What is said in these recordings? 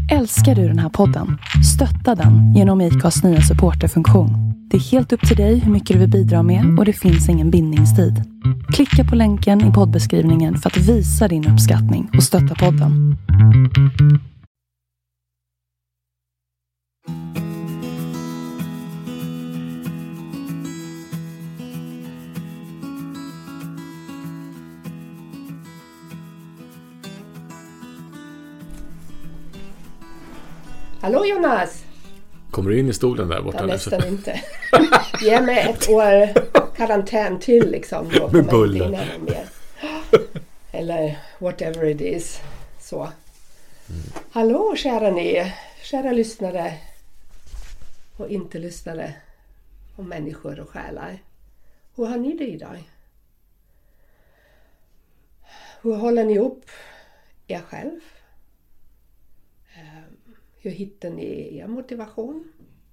Älskar du den här podden? Stötta den genom IKAs nya supporterfunktion. Det är helt upp till dig hur mycket du vill bidra med och det finns ingen bindningstid. Klicka på länken i poddbeskrivningen för att visa din uppskattning och stötta podden. Hallå Jonas! Kommer du in i stolen där borta? Ja, nästan inte. Ge mig ett år karantän till liksom. Då med bullar. Mer. Eller whatever it is. Så. Hallå kära ni, kära lyssnare och inte lyssnare och människor och själar. Hur har ni det idag? Hur håller ni upp er själv? Hur hittar ni er motivation?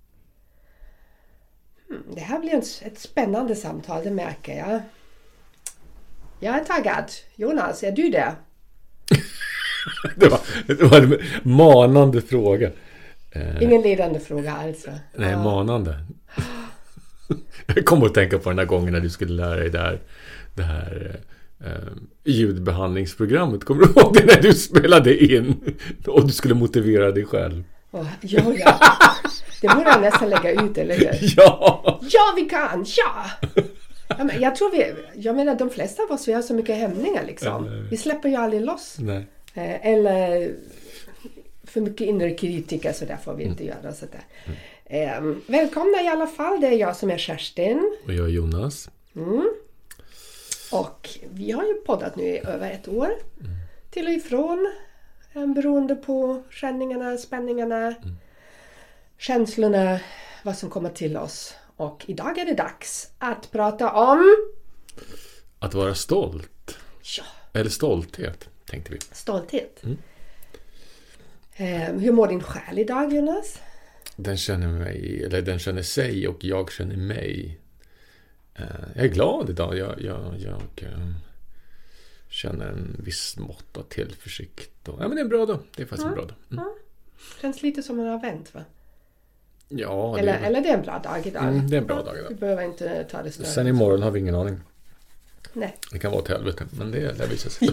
Det här blir ett spännande samtal, det märker jag. Jag är taggad. Jonas, är du det? det var en manande fråga. Ingen ledande fråga alltså. Nej, manande. Jag kommer att tänka på den här gången när du skulle lära dig det här ljudbehandlingsprogrammet. Kommer du ihåg det när du spelade in och du skulle motivera dig själv? Ja. Det borde jag nästan lägga ut, eller hur? Ja, vi kan! Ja! Jag menar, de flesta av oss, vi har så mycket hämningar liksom. Vi släpper ju aldrig loss. Nej. Eller för mycket inre kritiker, så där får vi inte göra. Så där. Välkomna i alla fall, det är jag som är Kerstin. Och jag är Jonas. Och vi har ju poddat nu i över ett år. Till och ifrån. Beroende på känningarna, spänningarna, känslorna, vad som kommer till oss. Och idag är det dags att prata om... Att vara stolt. Ja. Eller stolthet, tänkte vi. Stolthet. Hur mår din själ idag, Jonas? Den känner sig och jag känner mig. Jag är glad idag. Jag känner en viss mått av tillförsikt. Men det är en bra dag. Det är faktiskt en bra dag. Känns lite som man har vänt, va? Ja. Eller det är en bra dag idag. Det är en bra dag idag. Du behöver inte ta det större. Sen imorgon har vi ingen aning. Nej. Det kan vara till helvete, men det visar sig.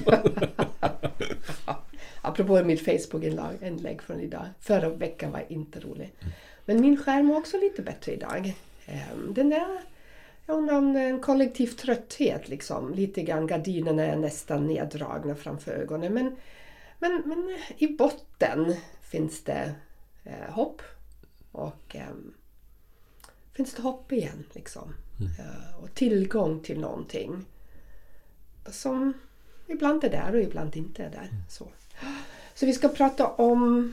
Apropå mitt Facebook-inlägg från idag. Förra veckan var inte rolig. Men min skärm är också lite bättre idag. Den där... Jag undrar om en kollektiv trötthet liksom. Lite grann, gardinerna är nästan neddragna framför ögonen. Men i botten finns det hopp. Och finns det hopp igen liksom. Och tillgång till någonting. Som ibland är där och ibland inte är där. Så vi ska prata om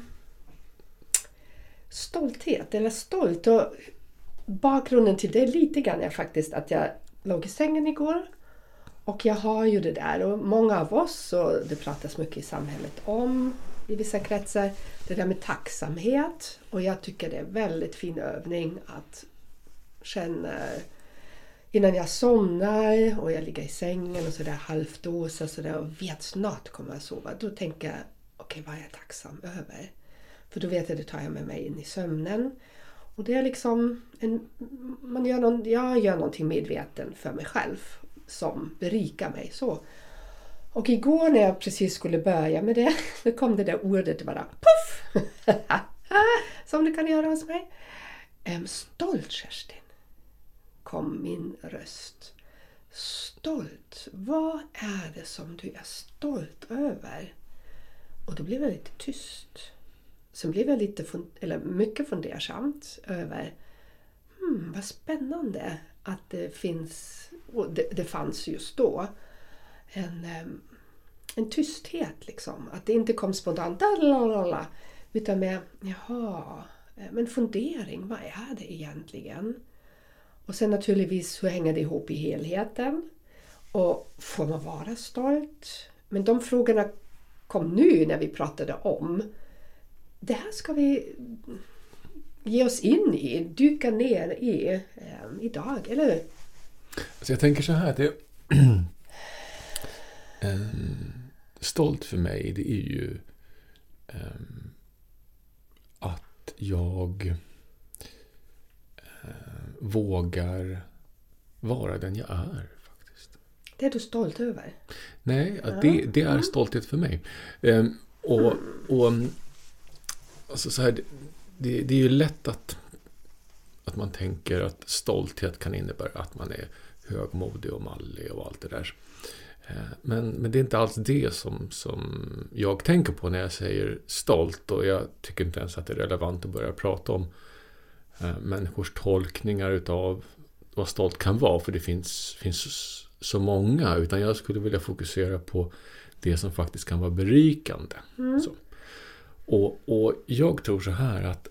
stolthet eller stolt. Och bakgrunden till det lite grann är faktiskt att jag låg i sängen igår. Och jag har ju det där. Och många av oss, och det pratas mycket i samhället om i vissa kretsar, det där med tacksamhet. Och jag tycker det är väldigt fin övning att känna innan jag somnar och jag ligger i sängen och sådär halvdåsar sådär och vet snart kommer jag sova. Då tänker jag, okej, vad är jag tacksam över? För då vet jag, det tar jag med mig in i sömnen. Och det är liksom, jag gör någonting medveten för mig själv som berikar mig så. Och igår när jag precis skulle börja med det, då kom det där ordet bara puff! Som det kan göra hos mig. Stolt, Kerstin, kom min röst. Stolt, vad är det som du är stolt över? Och då blev jag lite tyst. Sen blev jag mycket fundersamt över vad spännande att det finns, och det fanns just då en tysthet liksom. Att det inte kom spontant utan med men fundering, vad är det egentligen? Och sen naturligtvis, hur hänger det ihop i helheten? Och får man vara stolt? Men de frågorna kom nu när vi pratade om. Det här ska vi ge oss in i, dyka ner i idag, eller hur? Alltså jag tänker så här, det stolt för mig, det är ju jag vågar vara den jag är faktiskt. Det är du stolt över? Nej, det är stolthet för mig. Alltså så här, det är ju lätt att man tänker att stolthet kan innebära att man är högmodig och mallig och allt det där. Men det är inte alls det som jag tänker på när jag säger stolt, och jag tycker inte ens att det är relevant att börja prata om människors tolkningar utav vad stolt kan vara, för det finns så många, utan jag skulle vilja fokusera på det som faktiskt kan vara berikande. Så. Och jag tror så här att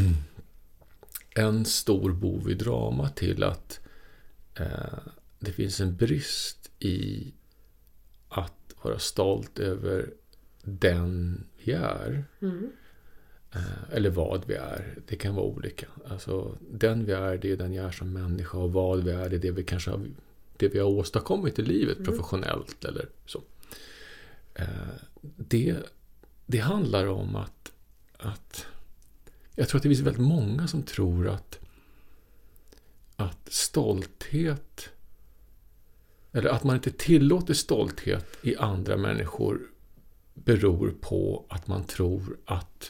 en stor bov i drama till att det finns en brist i att vara stolt över den vi är. Eller vad vi är. Det kan vara olika. Alltså, den vi är, det är den jag är som människa, och vad vi är, det är det vi kanske har, det vi har åstadkommit i livet professionellt eller så. Det handlar om att jag tror att det finns väldigt många som tror att stolthet, eller att man inte tillåter stolthet i andra människor, beror på att man tror att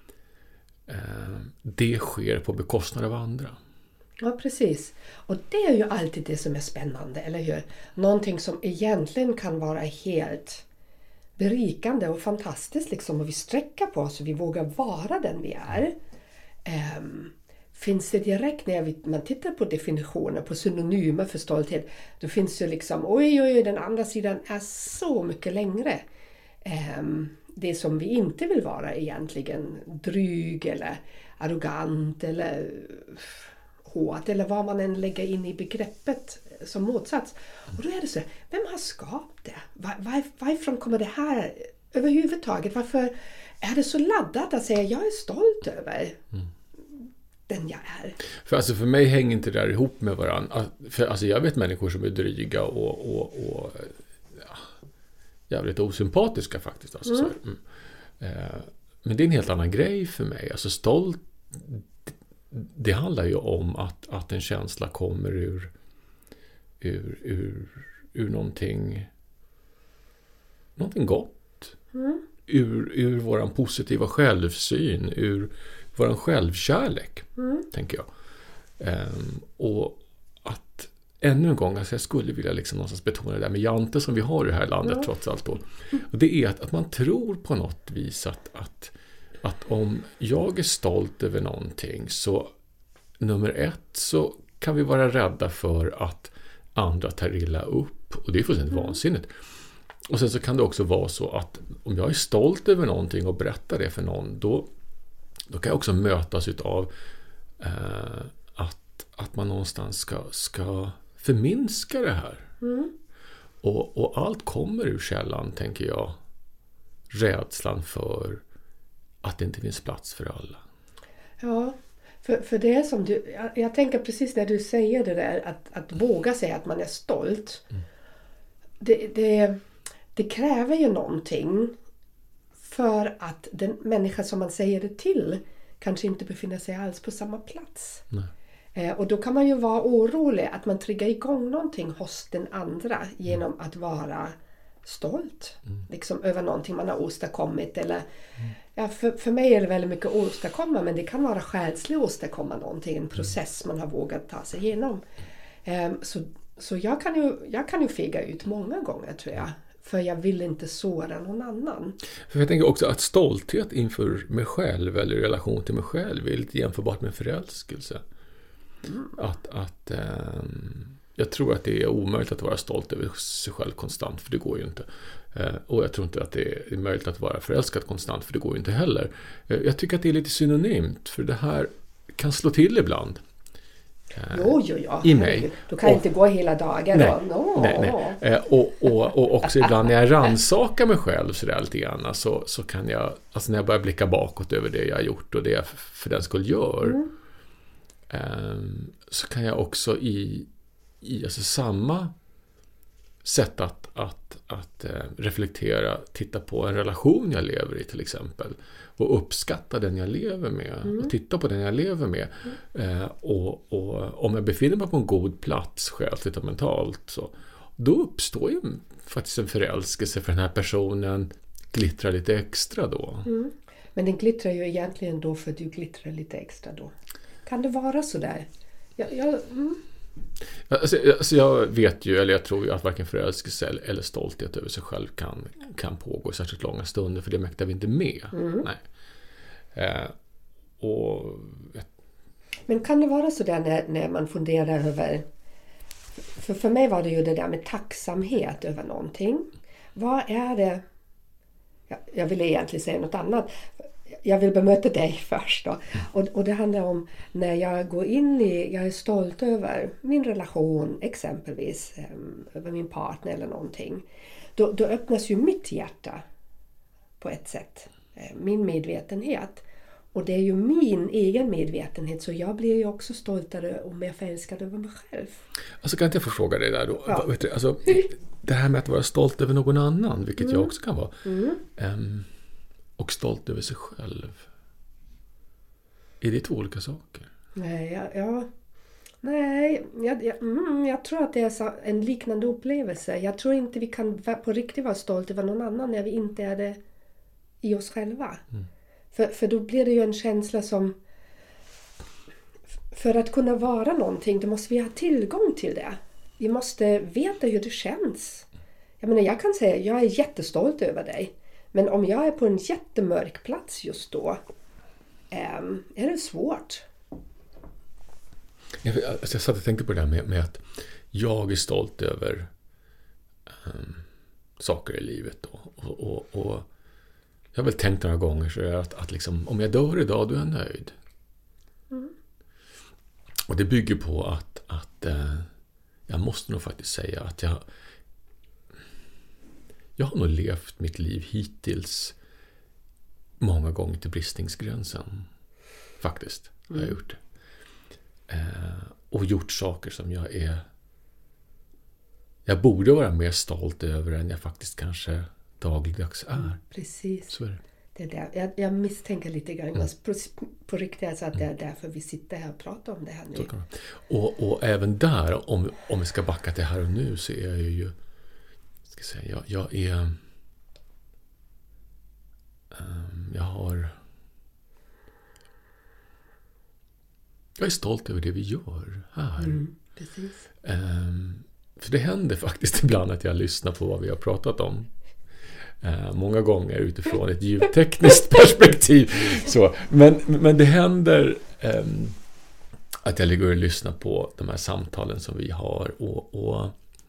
det sker på bekostnad av andra. Ja, precis. Och det är ju alltid det som är spännande, eller hur? Någonting som egentligen kan vara helt berikande och fantastiskt liksom, och vi sträcker på oss och vi vågar vara den vi är. Finns det direkt när man tittar på definitioner, på synonymer för stolthet, då finns ju liksom, oj, den andra sidan är så mycket längre. Det som vi inte vill vara egentligen, dryg eller arrogant eller hårt, eller vad man än lägger in i begreppet som motsats. Och då är det så, vem har skapat det? Varifrån kommer det här överhuvudtaget? Varför är det så laddat att säga jag är stolt över den jag är? För mig hänger inte det där ihop med varandra. För jag vet människor som är dryga och jävligt osympatiska faktiskt. Alltså, så men det är en helt annan grej för mig. Alltså stolt, det handlar ju om att en känsla kommer ur någonting gott. Ur våran positiva självsyn, ur våran självkärlek, tänker jag. Och att ännu en gång, alltså jag skulle vilja liksom någonstans betona det där med jante som vi har i det här landet trots allt då. Och det är att man tror på något vis att om jag är stolt över någonting, så nummer ett så kan vi vara rädda för att andra tar illa upp, och det är fullständigt vansinnigt. Och sen så kan det också vara så att om jag är stolt över någonting och berättar det för någon, då kan jag också mötas utav att man någonstans ska förminska det här. Och allt kommer ur källan, tänker jag. Rädslan för att det inte finns plats för alla. Ja, för det är som du... Jag tänker precis när du säger det där, att våga säga att man är stolt. Det kräver ju någonting, för att den människa som man säger det till kanske inte befinner sig alls på samma plats. Och då kan man ju vara orolig att man triggar igång någonting hos den andra genom att vara stolt liksom, över någonting man har åstadkommit. Eller, för mig är det väldigt mycket åstadkomma, men det kan vara själsligt att åstadkomma någonting, en process man har vågat ta sig igenom. Så jag kan ju fega ut många gånger, tror jag. För jag vill inte såra någon annan. För jag tänker också att stolthet inför mig själv eller i relation till mig själv är lite jämförbart med förälskelse. Jag tror att det är omöjligt att vara stolt över sig själv konstant, för det går ju inte. Och jag tror inte att det är möjligt att vara förälskad konstant, för det går ju inte heller. Jag tycker att det är lite synonymt, för det här kan slå till ibland. I mig. Du kan inte gå hela dagen. Nej. Och också ibland när jag rannsakar mig själv så där lite grann, så kan jag, alltså när jag börjar blicka bakåt över det jag har gjort och det jag för den skull gör, så kan jag också i alltså samma sätt att reflektera, titta på en relation jag lever i till exempel. Och uppskatta den jag lever med. Och titta på den jag lever med. Och om jag befinner mig på en god plats självligt och mentalt, så då uppstår ju faktiskt en förälskelse för den här personen. Glittrar lite extra då. Men den glittrar ju egentligen då för att du glittrar lite extra då. Kan det vara så där? Alltså jag vet ju, eller jag tror ju att varken förälskelse eller stolthet över sig själv kan pågå särskilt långa stunder, för det mäktar vi inte med. Nej. Men kan det vara så där när man funderar över, för mig var det ju det där med tacksamhet över någonting. Vad är det? Jag ville egentligen säga något annat. Jag vill bemöta dig först då. Och det handlar om när jag går in i, jag är stolt över min relation exempelvis, över min partner eller någonting. Då öppnas ju mitt hjärta på ett sätt. Min medvetenhet. Och det är ju min egen medvetenhet, så jag blir ju också stoltare och mer förälskad över mig själv. Alltså kan inte jag få fråga dig där då? Ja. Alltså, det här med att vara stolt över någon annan, vilket jag också kan vara. Och stolt över sig själv. Är det två olika saker? Jag tror att det är en liknande upplevelse. Jag tror inte vi kan på riktigt vara stolt över någon annan när vi inte är det i oss själva. För då blir det ju en känsla som, för att kunna vara någonting, då måste vi ha tillgång till det. Vi måste veta hur det känns. Jag menar, jag kan säga, jag är jättestolt över dig. Men om jag är på en jättemörk plats just då, är det svårt. Jag satt och tänkte på det där med att jag är stolt över saker i livet då. Och jag har väl tänkt några gånger så att liksom, om jag dör idag, då är jag nöjd. Och det bygger på att jag måste nog faktiskt säga att jag har nog levt mitt liv hittills många gånger till bristningsgränsen. Faktiskt har jag gjort det. Och gjort saker som jag borde vara mer stolt över än jag faktiskt kanske dagligdags är. Precis. Så är det. Det är där. Jag misstänker lite grann på riktigt alltså att det är därför vi sitter här och pratar om det här nu. Och även där, om vi ska backa till här och nu, så är jag ju jag är stolt över det vi gör här. Precis. För det händer faktiskt ibland att jag lyssnar på vad vi har pratat om. Många gånger utifrån ett ljudtekniskt perspektiv. Så, men det händer att jag ligger och lyssnar på de här samtalen som vi har och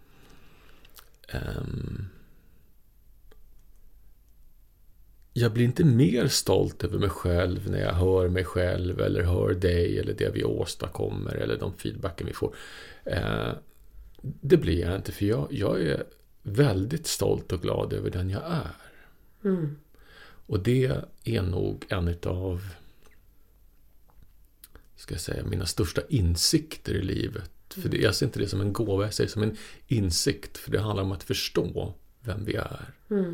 jag blir inte mer stolt över mig själv när jag hör mig själv eller hör dig eller det vi åstadkommer eller de feedbacken vi får. Det blir jag inte, för jag är väldigt stolt och glad över den jag är. Och det är nog en av, ska jag säga, mina största insikter i livet. För jag ser inte det som en gåva, jag ser det som en insikt, för det handlar om att förstå vem vi är.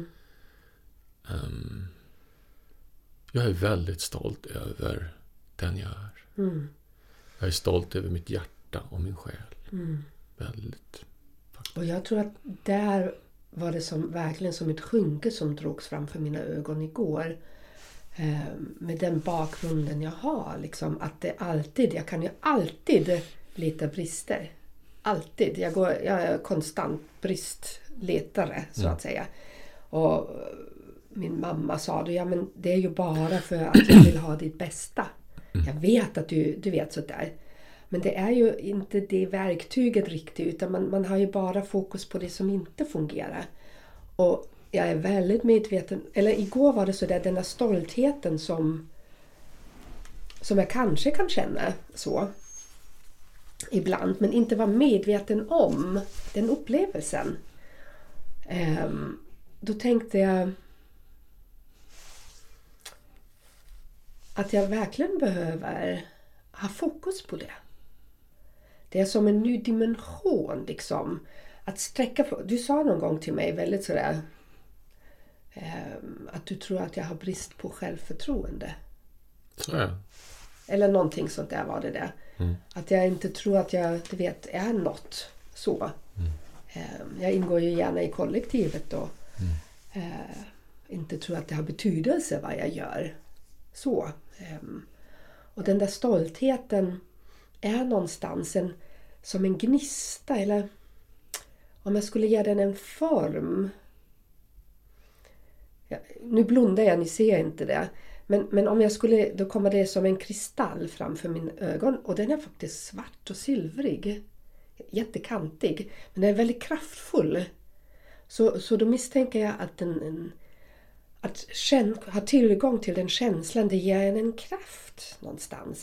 Jag är väldigt stolt över den jag är. Jag är stolt över mitt hjärta och min själ. Väldigt. Och jag tror att där var det verkligen som ett skynke som drogs fram för mina ögon igår. Med den bakgrunden jag har. Liksom, att jag kan ju alltid leta brister. Alltid. Jag är konstant bristletare så att säga. Och min mamma sa det, men det är ju bara för att jag vill ha ditt bästa. Jag vet att du vet sådär. Men det är ju inte det verktyget riktigt, utan man har ju bara fokus på det som inte fungerar. Och jag är väldigt medveten, eller igår var det så där, den här stoltheten som jag kanske kan känna så ibland, men inte vara medveten om den upplevelsen. Då tänkte jag att jag verkligen behöver ha fokus på det. Det är som en ny dimension liksom. att sträcka på. Du sa någon gång till mig väldigt sådär att du tror att jag har brist på självförtroende. Så är det. Eller någonting sånt där var det där. Att jag inte tror att jag, du vet, är något så. Jag ingår ju gärna i kollektivet och inte tror att det har betydelse vad jag gör. Så. Och den där stoltheten är någonstans som en gnista, eller om jag skulle ge den en form. Ja, nu blundar jag, ni ser inte det. Men om jag skulle, då kommer det som en kristall framför mina ögon. Och den är faktiskt svart och silvrig. Jättekantig. Men den är väldigt kraftfull. Så då misstänker jag att ha tillgång till den känslan, det ger en kraft någonstans.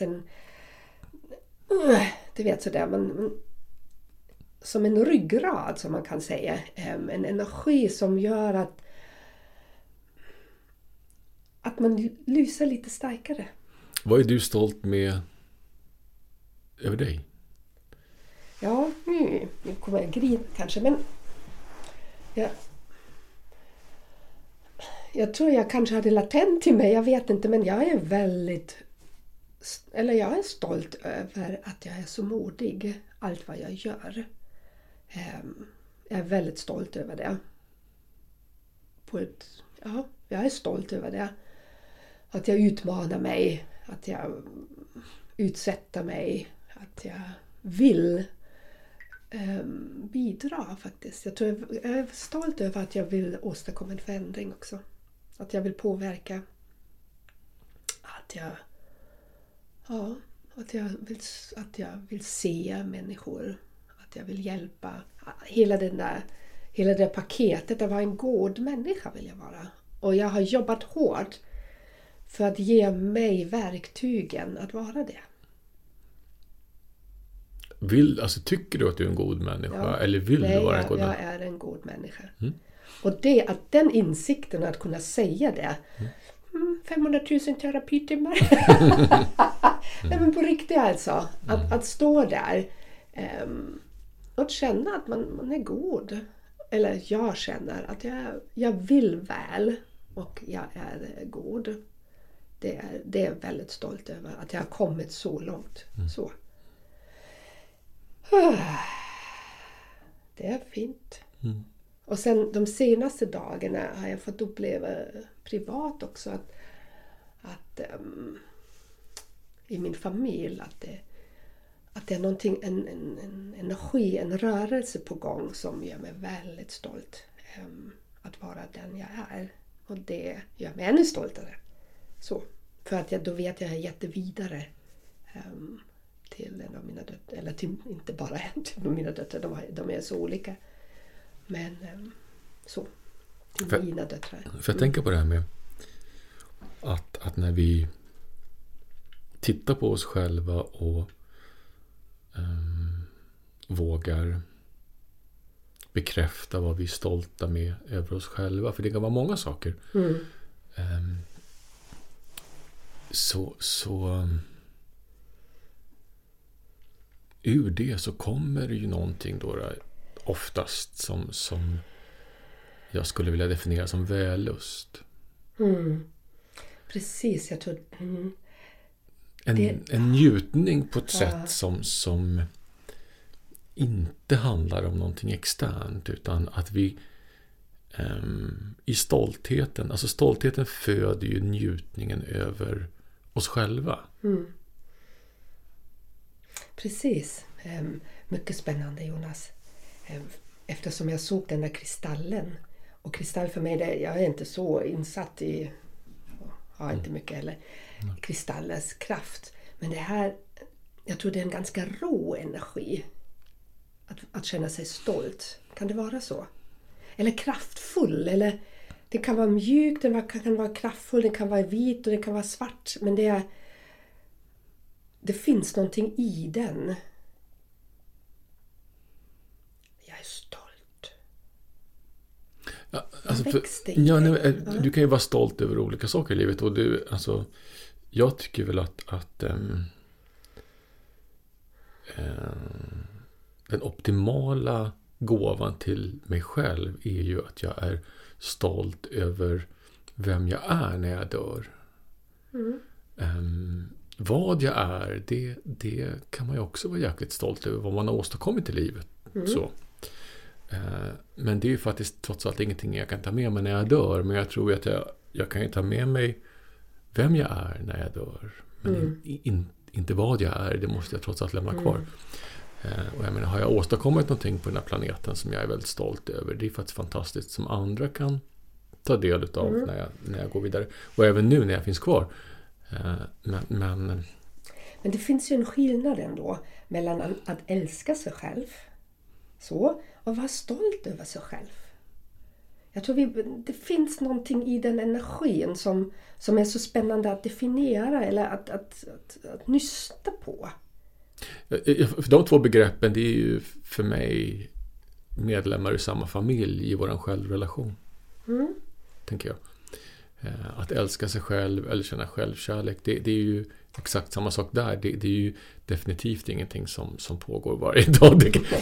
Du vet sådär, men som en ryggrad som man kan säga. En energi som gör att man lyser lite starkare. Vad är du stolt med över dig? Ja, nu kommer jag grina kanske, men jag tror jag kanske hade latent i mig, jag vet inte, men jag är stolt över att jag är så modig, allt vad jag gör. Jag är väldigt stolt över det. Jag är stolt över det. Att jag utmanar mig, att jag utsätter mig, att jag vill bidra faktiskt. Jag är stolt över att jag vill åstadkomma en förändring också. Att jag vill påverka. Att jag vill se människor. Att jag vill hjälpa. Hela det paketet, att vara en god människa vill jag vara. Och jag har jobbat hårt för att ge mig verktygen att vara det. Tycker du att du är en god människa? Eller vill du vara en god människa? Jag är en god människa. Och att den insikten, att kunna säga det. 500 000 terapitimmar. Nej, men på riktigt alltså. Att stå där. Och känna att man är god. Eller jag känner att jag vill väl. Och jag är god. Det är jag väldigt stolt över. Att jag har kommit så långt. Så. Det är fint. Och sen de senaste dagarna har jag fått uppleva privat också att i min familj att det är någonting, en energi, en rörelse på gång som gör mig väldigt stolt att vara den jag är. Och det gör mig ännu stoltare. Så. För att då vet jag gett det vidare till en av mina döttrar. Eller inte bara en till mina döttrar, de är så olika. Men så. Till mina döttrar. För jag tänker på det här med att när vi tittar på oss själva och vågar bekräfta vad vi är stolta med över oss själva. För det kan vara många saker. Så ur det så kommer ju någonting då oftast som jag skulle vilja definiera som vällust. Precis, jag tror... En njutning på ett sätt som inte handlar om någonting externt, utan att vi i stoltheten, alltså stoltheten föder ju njutningen över oss själva. Precis. Mycket spännande, Jonas. Eftersom jag såg den där kristallen. Och kristall för mig, jag är inte så insatt i, har inte mycket heller, kristallens kraft. Men det här, jag tror det är en ganska rå energi. Att känna sig stolt. Kan det vara så? Eller kraftfull. Eller det kan vara mjukt, det kan vara kraftfull, det kan vara vit och det kan vara svart. Men det finns någonting i den. Jag är stolt. Ja, alltså du kan ju vara stolt över olika saker i livet. Och jag tycker väl att den optimala gåvan till mig själv är ju att jag är stolt över vem jag är när jag dör. Vad jag är, det kan man ju också vara jäkligt stolt över, vad man har åstadkommit i livet. Så. Men det är ju faktiskt trots allt ingenting jag kan ta med mig när jag dör. Men jag tror att jag kan ju ta med mig vem jag är när jag dör. Men inte vad jag är, det måste jag trots allt lämna kvar. Och jag menar, har jag åstadkommit någonting på den här planeten som jag är väldigt stolt över, det är faktiskt fantastiskt, som andra kan ta del av när jag går vidare. Och även nu när jag finns kvar. Men det finns ju en skillnad ändå mellan att älska sig själv så, och vara stolt över sig själv. Jag tror det finns någonting i den energin som är så spännande att definiera eller att nysta på. För de två begreppen, det är ju för mig medlemmar i samma familj i våran självrelation. Tänker jag. Att älska sig själv eller känna självkärlek, det är ju exakt samma sak där. Det är ju definitivt ingenting som pågår varje dag.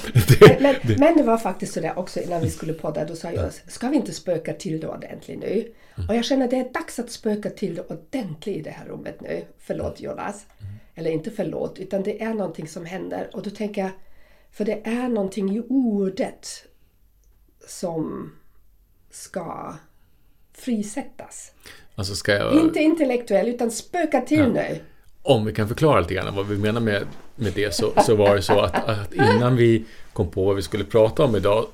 Men det var faktiskt så där också innan vi skulle podda. Då sa jag, ska vi inte spöka till det ordentligt nu? Och jag känner att det är dags att spöka till det ordentligt i det här rummet nu. Förlåt Jonas. Eller inte förlåt, utan det är någonting som händer. Och då tänker jag, för det är någonting i ordet som ska frisättas. Alltså ska jag... Inte intellektuell utan spöka till nu. Om vi kan förklara lite grann vad vi menar med det, så var det så att innan vi kom på vad vi skulle prata om idag,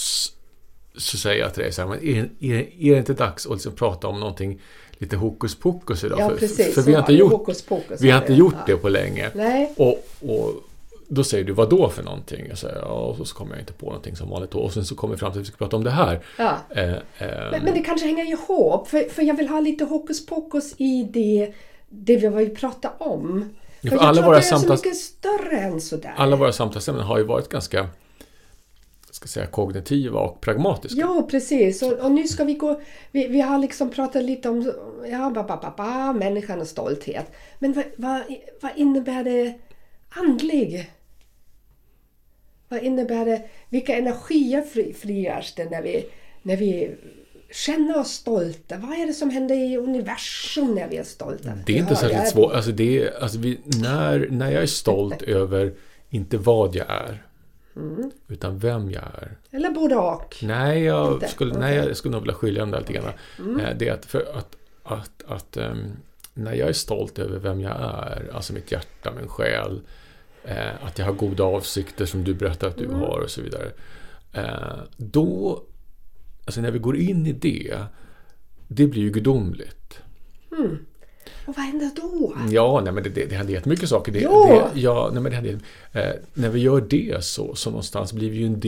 så säger jag till dig så här, men är det inte dags att liksom prata om någonting lite hokus pokus idag? Ja, precis. För vi har inte gjort det på länge. Nej. Och då säger du, vad då för någonting? Jag säger, och så kommer jag inte på någonting som vanligt. Och sen så kommer vi fram till att vi ska prata om det här. Ja. Men det kanske hänger ihop. För jag vill ha lite hokus pokus i det vi pratar om. För jag alla tror våra att det är så mycket större än sådär. Alla våra samtalsämnen har ju varit ganska, ska säga, kognitiva och pragmatiska. Ja, precis. Och nu ska vi gå... Vi har liksom pratat lite om människan och stolthet. Men vad innebär det andlig? Vad innebär det? Vilka energier frigörs det när vi känner oss stolta? Vad är det som händer i universum när vi är stolta? Det är inte särskilt svårt. När jag är stolt över inte vad jag är, utan vem jag är. Eller både och. Nej, jag skulle nog vilja skilja det lite grann. Det är att när jag är stolt över vem jag är, alltså mitt hjärta, min själ, att jag har goda avsikter som du berättar att du har och så vidare. Då, alltså när vi går in i det blir ju gudomligt. Och vad händer då? Ja, nej, men det händer jättemycket saker. När vi gör det så någonstans blir vi ju en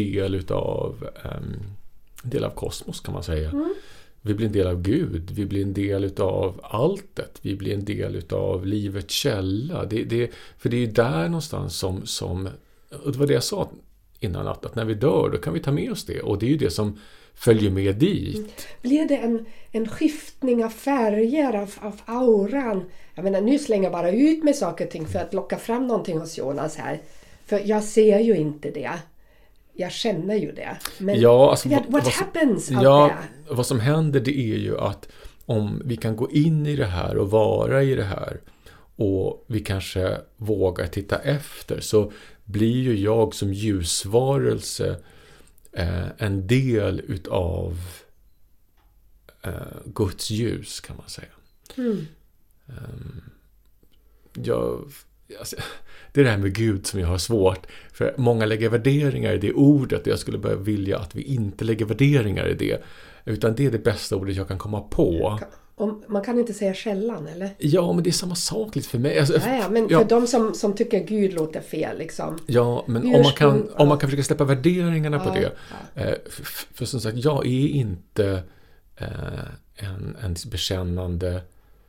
del av kosmos, kan man säga. Vi blir en del av Gud, vi blir en del av alltet, vi blir en del av livets källa. För det är ju där någonstans som och det var det jag sa innan, att när vi dör, då kan vi ta med oss det. Och det är ju det som följer med dit. Blir det en skiftning av färger, av auran? Jag menar, nu slänger jag bara ut med saker och ting för att locka fram någonting hos Jonas här. För jag ser ju inte det. Jag känner ju det. Men what happens out there? Vad som händer, det är ju att om vi kan gå in i det här och vara i det här, och vi kanske vågar titta efter, så blir ju jag som ljusvarelse en del utav Guds ljus, kan man säga. Det är det här med Gud som jag har svårt. För många lägger värderingar i det ordet, och jag skulle bara vilja att vi inte lägger värderingar i det. Utan det är det bästa ordet jag kan komma på. Man kan inte säga källan, eller? Ja, men det är samma sak lite för mig. Men för de som tycker Gud låter fel, liksom. Ja, men om man kan försöka släppa värderingarna på det. För som sagt, jag är inte en bekännande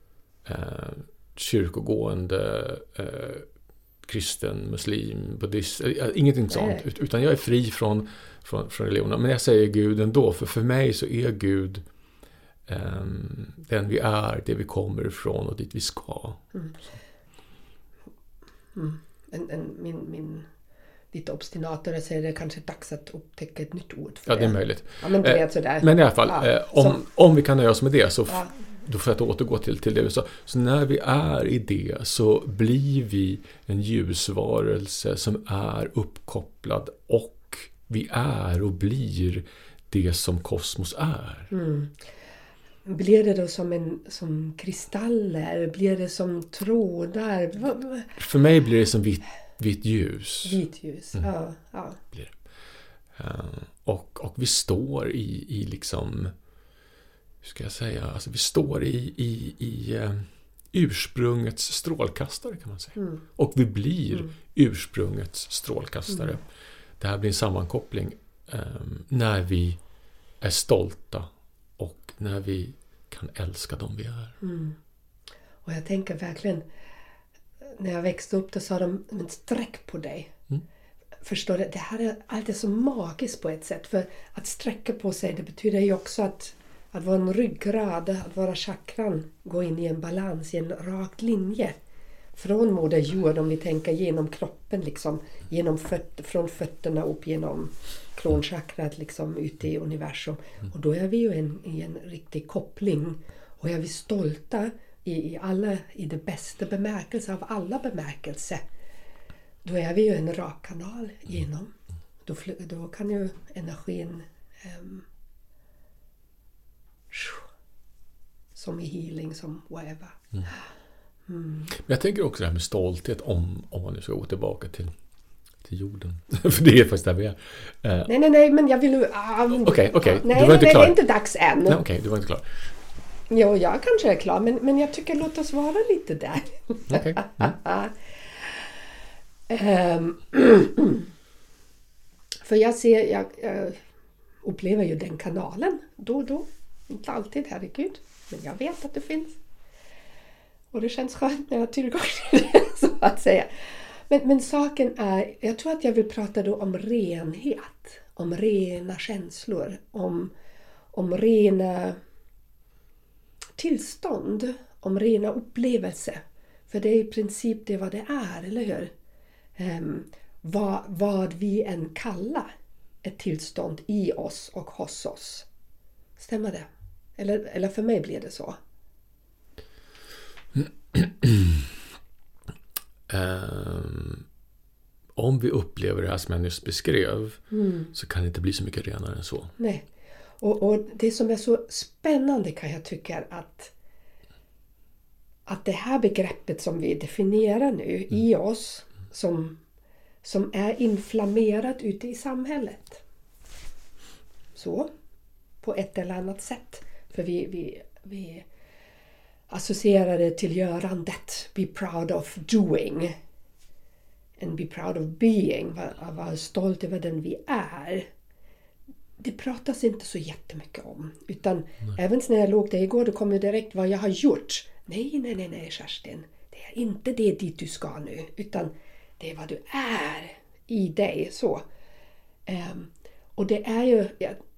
kyrkogående kristen, muslim, buddhist, ingenting sånt. Utan jag är fri från religionen. Men jag säger Gud ändå, för mig så är Gud den vi är, det vi kommer ifrån och dit vi ska. Min lite obstinat och säger det är kanske dags att upptäcka ett nytt ord för Ja, det är möjligt. Ja, men, det är sådär. Men i alla fall, om vi kan nöja oss med det så Ja. då får jag återgå till det vi sa. Så när vi är i det så blir vi en ljusvarelse som är uppkopplad och vi är och blir det som kosmos är. Mm. Blir det då som kristaller? Blir det som trådar? För mig blir det som vitt ljus. Vitt ljus, ja. Blir det. Och vi står i liksom, hur ska jag säga, alltså vi står i ursprungets strålkastare kan man säga. Mm. Och vi blir ursprungets strålkastare. Mm. Det här blir en sammankoppling när vi är stolta och när vi kan älska dem vi är. Mm. Och jag tänker verkligen, när jag växte upp då sa de, men sträck på dig. Mm. Förstår du? Det här är alltid så magiskt på ett sätt. För att sträcka på sig, det betyder ju också att vara ryggrad, att våra chakran går in i en balans, i en rak linje. Från moder jord, om vi tänker genom kroppen, liksom, från fötterna upp genom kronchakrat, liksom, ute i universum. Och då är vi ju i en riktig koppling. Och är vi stolta i det bästa bemärkelse av alla bemärkelser, då är vi ju en rak kanal genom. Då kan ju energin som i healing, som whatever. Men jag tänker också det här med stolthet om man nu ska gå tillbaka till jorden. För det är faktiskt där vi är. Nej, men jag vill ju... Okej. Nej, du var inte klar. Det är inte dags än. Nej, okej, du var inte klar. Jo, jag kanske är klar, men jag tycker låt oss vara lite där. Okej. För jag upplever ju den kanalen då och då. Inte alltid, herregud. Men jag vet att det finns. Och det känns skönt när jag har tillgång till det, så att säga. Men saken är, jag tror att jag vill prata då om renhet. Om rena känslor. Om rena tillstånd. Om rena upplevelser. För det är i princip det vad det är, eller hur? Vad vi än kallar ett tillstånd i oss och hos oss. Stämmer det? Eller för mig blir det så. Om vi upplever det här som jag nyss beskrev så kan det inte bli så mycket renare än så. Nej. Och det som är så spännande kan jag tycka att det här begreppet som vi definierar nu i oss som är inflammerat ute i samhället. Så. På ett eller annat sätt. För vi associerar det till görandet. Be proud of doing. And be proud of being. Vara stolt över den vi är. Det pratas inte så jättemycket om. Utan även när jag låg där igår, då kom det direkt vad jag har gjort. Nej, Kerstin. Det är inte det dit du ska nu. Utan det är vad du är i dig. Så. Och det är ju...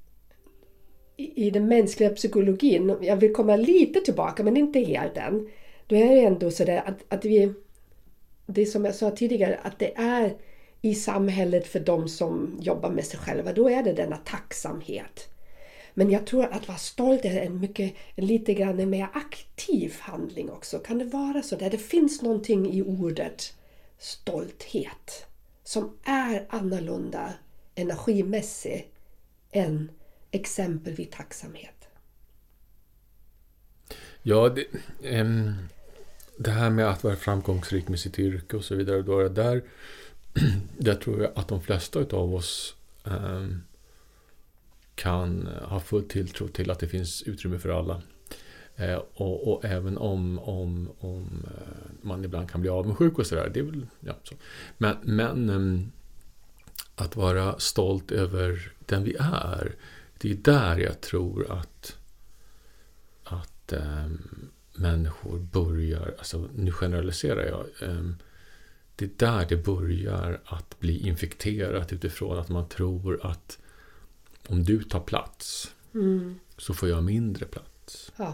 I den mänskliga psykologin, jag vill komma lite tillbaka men inte helt än, då är det ändå så där att vi, det som jag sa tidigare, att det är i samhället för de som jobbar med sig själva, då är det denna tacksamhet. Men jag tror att vara stolt är en lite grann mer aktiv handling också. Kan det vara så där? Det finns någonting i ordet stolthet som är annorlunda energimässigt än exempelvis tacksamhet. Ja, det här med att vara framgångsrik med sitt yrke och så vidare, då är det där tror jag att de flesta av oss kan ha full tilltro till att det finns utrymme för alla. Och även om man ibland kan bli avundsjuk och sådär, det är väl så. Men att vara stolt över den vi är, det är där jag tror att människor börjar, alltså nu generaliserar jag, det är där det börjar att bli infekterat utifrån att man tror att om du tar plats så får jag mindre plats. Ja.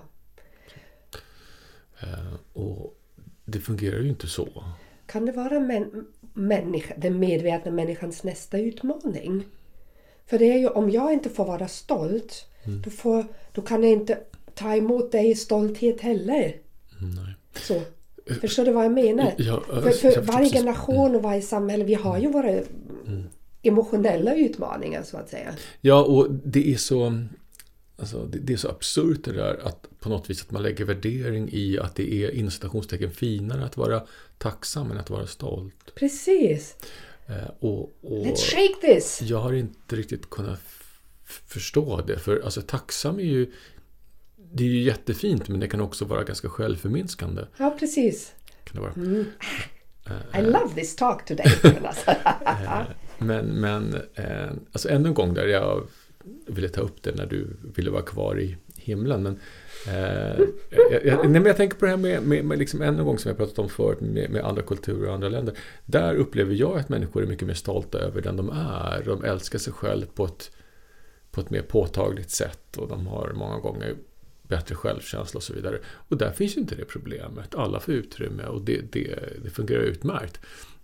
Och det fungerar ju inte så. Kan det vara den medvetna människans nästa utmaning. För det är ju, om jag inte får vara stolt, då kan jag inte ta emot dig i stolthet heller. Nej. Så. Förstår du vad jag menar? För varje generation och varje samhälle, vi har ju våra emotionella utmaningar så att säga. Ja, och det är så... Alltså, det är så absurt det där att på något vis att man lägger värdering i att det är incitationstecken finare att vara tacksam än att vara stolt. Precis. Och let's shake this! Jag har inte riktigt kunnat förstå det. För alltså, tacksam det är ju jättefint, men det kan också vara ganska självförminskande. Ja, precis. Kan det vara. I love this talk today. men alltså ännu en gång där jag ville ta upp det när du ville vara kvar i himlen. Men jag tänker på det här med liksom ännu en gång som jag pratat om förut med andra kulturer och andra länder. Där upplever jag att människor är mycket mer stolta över den de är. De älskar sig själv på ett mer påtagligt sätt och de har många gånger bättre självkänsla och så vidare. Och där finns ju inte det problemet. Alla får utrymme och det fungerar utmärkt.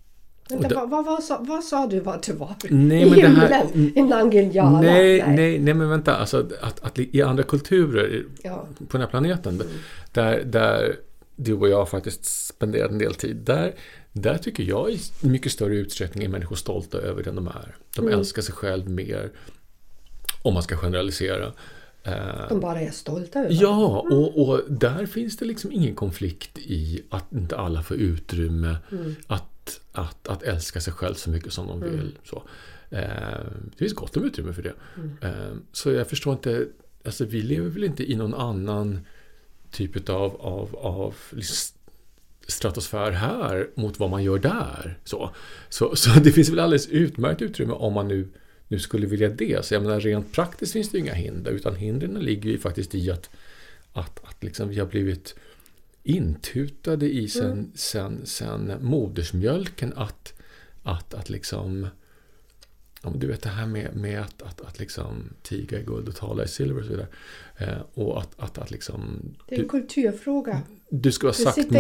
Vad sa du att du var? Nej, I himlen? I Nangijala? Nej, men vänta. Alltså, att i andra kulturer på den här planeten där du och jag faktiskt spenderat en del tid, där tycker jag i mycket större utsträckning är människor stolta över den de är. De älskar sig själv mer, om man ska generalisera. De bara är stolta över. Ja, och där finns det liksom ingen konflikt i att inte alla får utrymme att älska sig själv så mycket som de vill. Så. Det finns gott om utrymme för det. Så jag förstår inte, alltså vi lever väl inte i någon annan typ av stratosfär här mot vad man gör där. Så det finns väl alldeles utmärkt utrymme om man nu skulle vilja det. Så jag menar, rent praktiskt finns det ju inga hinder, utan hindren ligger ju faktiskt i att liksom vi har blivit intutade i sen modersmjölken att liksom, du vet det här med att liksom tiga i guld och tala i silver och så vidare. Och att liksom... Det är en kulturfråga. Du ska vara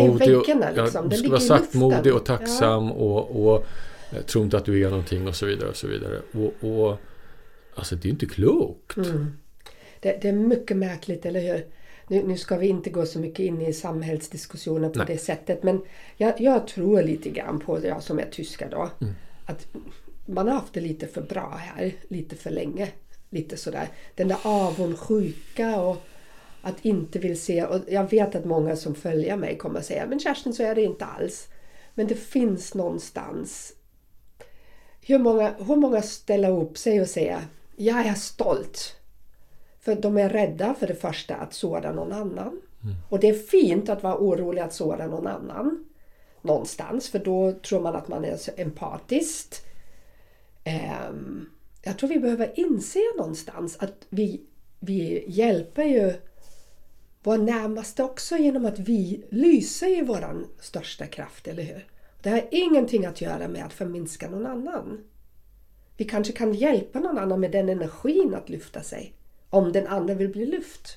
saktmodig och tacksam och tror inte att du är någonting och så vidare och så vidare. Och alltså det är inte klokt. Det är mycket märkligt, eller hur? Nu ska vi inte gå så mycket in i samhällsdiskussioner på det sättet, men jag tror lite grann på det, som är tyska då, att man har haft det lite för bra här, lite för länge, lite sådär. Den där avundsjuka och att inte vill se, och jag vet att många som följer mig kommer att säga, men Kerstin, så är det inte alls. Men det finns någonstans, hur många ställer upp sig och säger, jag är stolt. För de är rädda för det första att såra någon annan. Och det är fint att vara orolig att såra någon annan någonstans. För då tror man att man är så empatiskt. Jag tror vi behöver inse någonstans att vi hjälper ju vår närmaste också genom att vi lyser i våran största kraft, eller hur? Det har ingenting att göra med att förminska någon annan. Vi kanske kan hjälpa någon annan med den energin att lyfta sig. Om den andra vill bli lyft.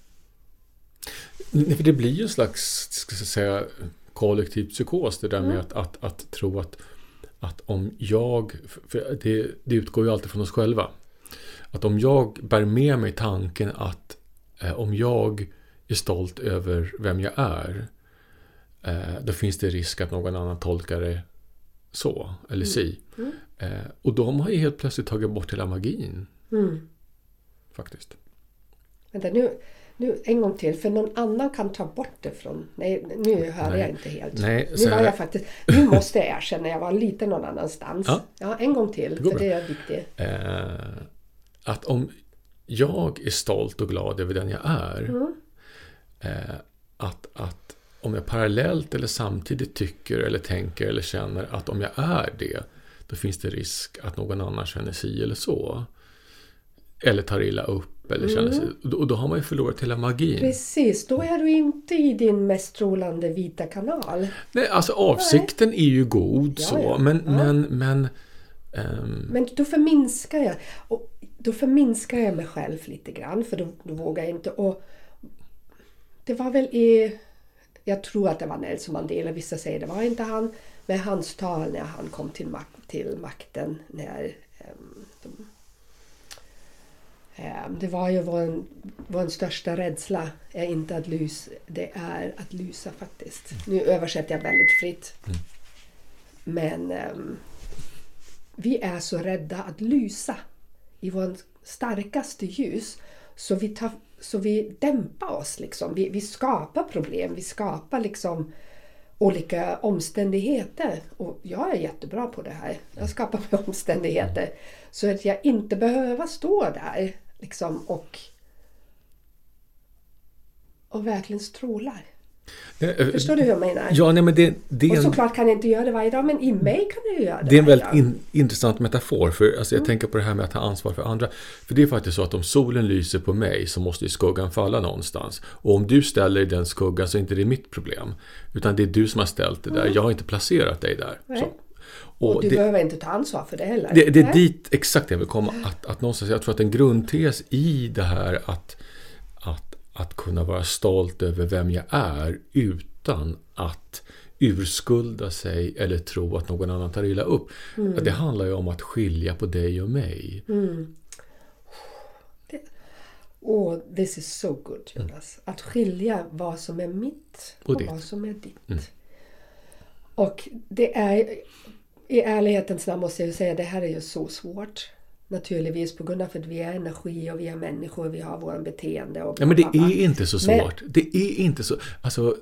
För det blir ju en slags, ska jag säga, kollektiv psykos. Det där med att tro att om jag... För det utgår ju alltid från oss själva. Att om jag bär med mig tanken att om jag är stolt över vem jag är, då finns det risk att någon annan tolkar det så, eller si. Och de har ju helt plötsligt tagit bort hela magin. Faktiskt. Vänta, nu en gång till, för någon annan kan ta bort det från... Nej, nu hör jag inte helt. Nu måste jag erkänna, jag var lite någon annanstans. Ja, en gång till, för det är viktigt. Att om jag är stolt och glad över den jag är, att om jag parallellt eller samtidigt tycker eller tänker eller känner att om jag är det, då finns det risk att någon annan känner sig eller så. Eller tar illa upp eller känner sig. Och då har man ju förlorat hela magin. Precis, då är du inte i din mest strålande vita kanal. Nej, alltså avsikten är ju god men då förminskar jag. Och då förminskar jag mig själv lite grann, för då vågar jag inte. Och det var väl jag tror att det var Nelson Mandela, vissa säger det var inte han, men hans tal när han kom till makten när det var ju vår största rädsla är inte att lysa, det är att lysa faktiskt. Nu översätter jag väldigt fritt. Men vi är så rädda att lysa i vår starkaste ljus, så vi dämpar oss liksom. Vi skapar problem, vi skapar liksom olika omständigheter, och jag är jättebra på det här. Jag skapar med omständigheter så att jag inte behöver stå där liksom och verkligen strålar. Förstår du hur jag menar? Ja, nej, men det och såklart kan jag inte göra det varje dag, men i mig kan jag göra det. Det är en väldigt intressant metafor, för alltså, jag tänker på det här med att ta ansvar för andra. För det är faktiskt så att om solen lyser på mig så måste ju skuggan falla någonstans. Och om du ställer i den skuggan så är inte det mitt problem, utan det är du som har ställt det där. Jag har inte placerat dig där. Så. Och du behöver inte ta ansvar för det heller. Det är dit exakt jag vill komma. Att någonstans, jag tror att en grundtes i det här att kunna vara stolt över vem jag är utan att urskulda sig eller tro att någon annan tar illa upp. Det handlar ju om att skilja på dig och mig. This is so good, Jonas. Att skilja vad som är mitt och vad som är ditt. Och det är, i ärlighetens namn måste jag säga, det här är ju så svårt. Naturligtvis på grund av att vi är energi och vi är människor, vi har våra beteende. Och men det är inte så svårt. Det är inte så... Alltså,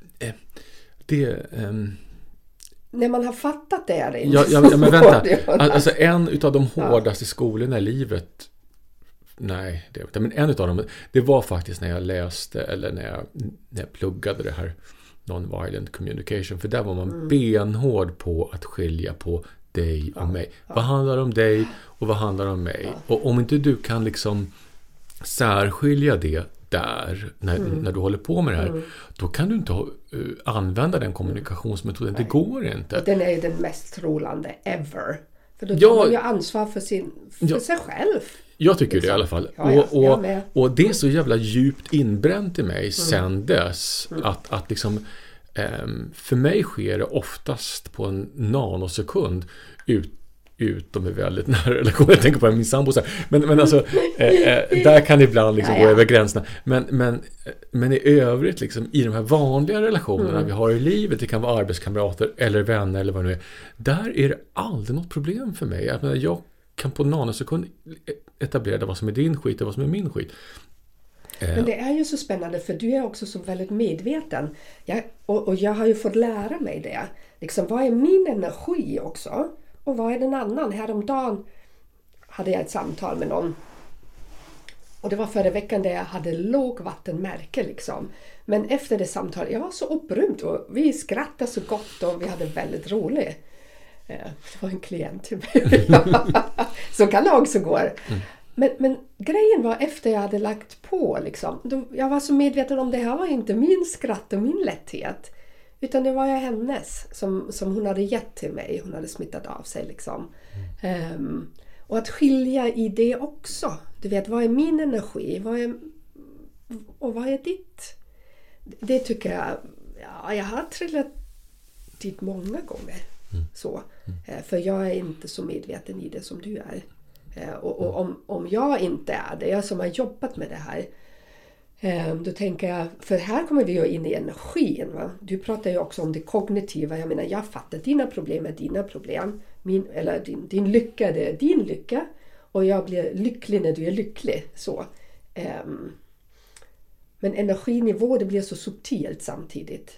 när man har fattat det är det inte så men vänta. Alltså en utav de hårdaste skolorna i livet... Nej, men en utav dem... Det var faktiskt när jag läste, eller när jag pluggade det här non-violent communication. För där var man benhård på att skilja på dig och mig. Vad handlar om dig och vad handlar om mig? Och om inte du kan liksom särskilja det där när du håller på med det här, då kan du inte använda den kommunikationsmetoden. Det går inte. Och den är ju den mest strålande ever. För då tar man ju ansvar för sig själv. Jag tycker det i alla fall. Och det är så jävla djupt inbränt i mig sen dess att liksom för mig sker det oftast på en nanosekund utom är väldigt nära relation. Jag tänker på min sambo så här. Men alltså där kan det ibland liksom gå över gränserna. Men i övrigt liksom, i de här vanliga relationerna vi har i livet, det kan vara arbetskamrater eller vänner eller vad det nu är, där är det aldrig något problem för mig. Jag kan på nanosekund etablera vad som är din skit och vad som är min skit. Men det är ju så spännande, för du är också så väldigt medveten. Och jag har ju fått lära mig det. Liksom, vad är min energi också? Och vad är den annan? Häromdagen hade jag ett samtal med någon. Och det var förra veckan där jag hade lågvattenmärke liksom. Men efter det samtalet, jag var så upprymd och vi skrattade så gott och vi hade väldigt roligt. Det var en klient till mig. Så kan det också gå. Men grejen var efter jag hade lagt på liksom, jag var så medveten om det här var inte min skratt och min lätthet, utan det var ju hennes som hon hade gett till mig. Hon hade smittat av sig liksom. Och att skilja i det också. Du vet, vad är min energi? Vad är ditt? Det tycker jag har trillat dit många gånger. Så. För jag är inte så medveten i det som du är. Och om jag inte är det, jag som har jobbat med det här, då tänker jag, för här kommer vi ju in i energin. Va? Du pratar ju också om det kognitiva. Jag menar, jag fattar dina problem är dina problem. Din lycka det är din lycka. Och jag blir lycklig när du är lycklig. Så. Men energinivå, det blir så subtilt samtidigt.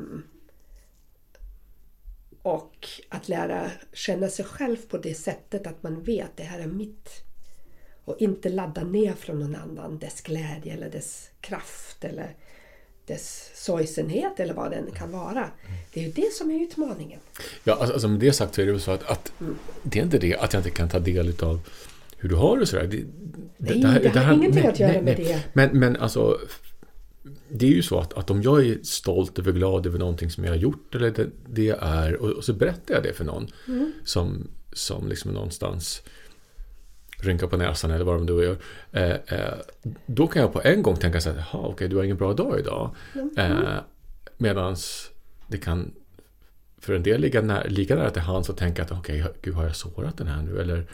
Och att lära känna sig själv på det sättet att man vet att det här är mitt. Och inte ladda ner från någon annan dess glädje eller dess kraft eller dess sorgsenhet eller vad den kan vara. Det är ju det som är utmaningen. Ja, alltså med det sagt så är det så att det är inte det att jag inte kan ta del av hur du har det sådär. Det har ingenting att göra med det. Men alltså, det är ju så att om jag är stolt och glad över någonting som jag har gjort eller det är, och så berättar jag det för någon som liksom någonstans rynkar på näsan eller vad de då gör, då kan jag på en gång tänka så här, okej, du har ingen bra dag idag. Medans det kan för en del ligga lika nära till hands att tänka att okej, gud, har jag sårat den här nu? Eller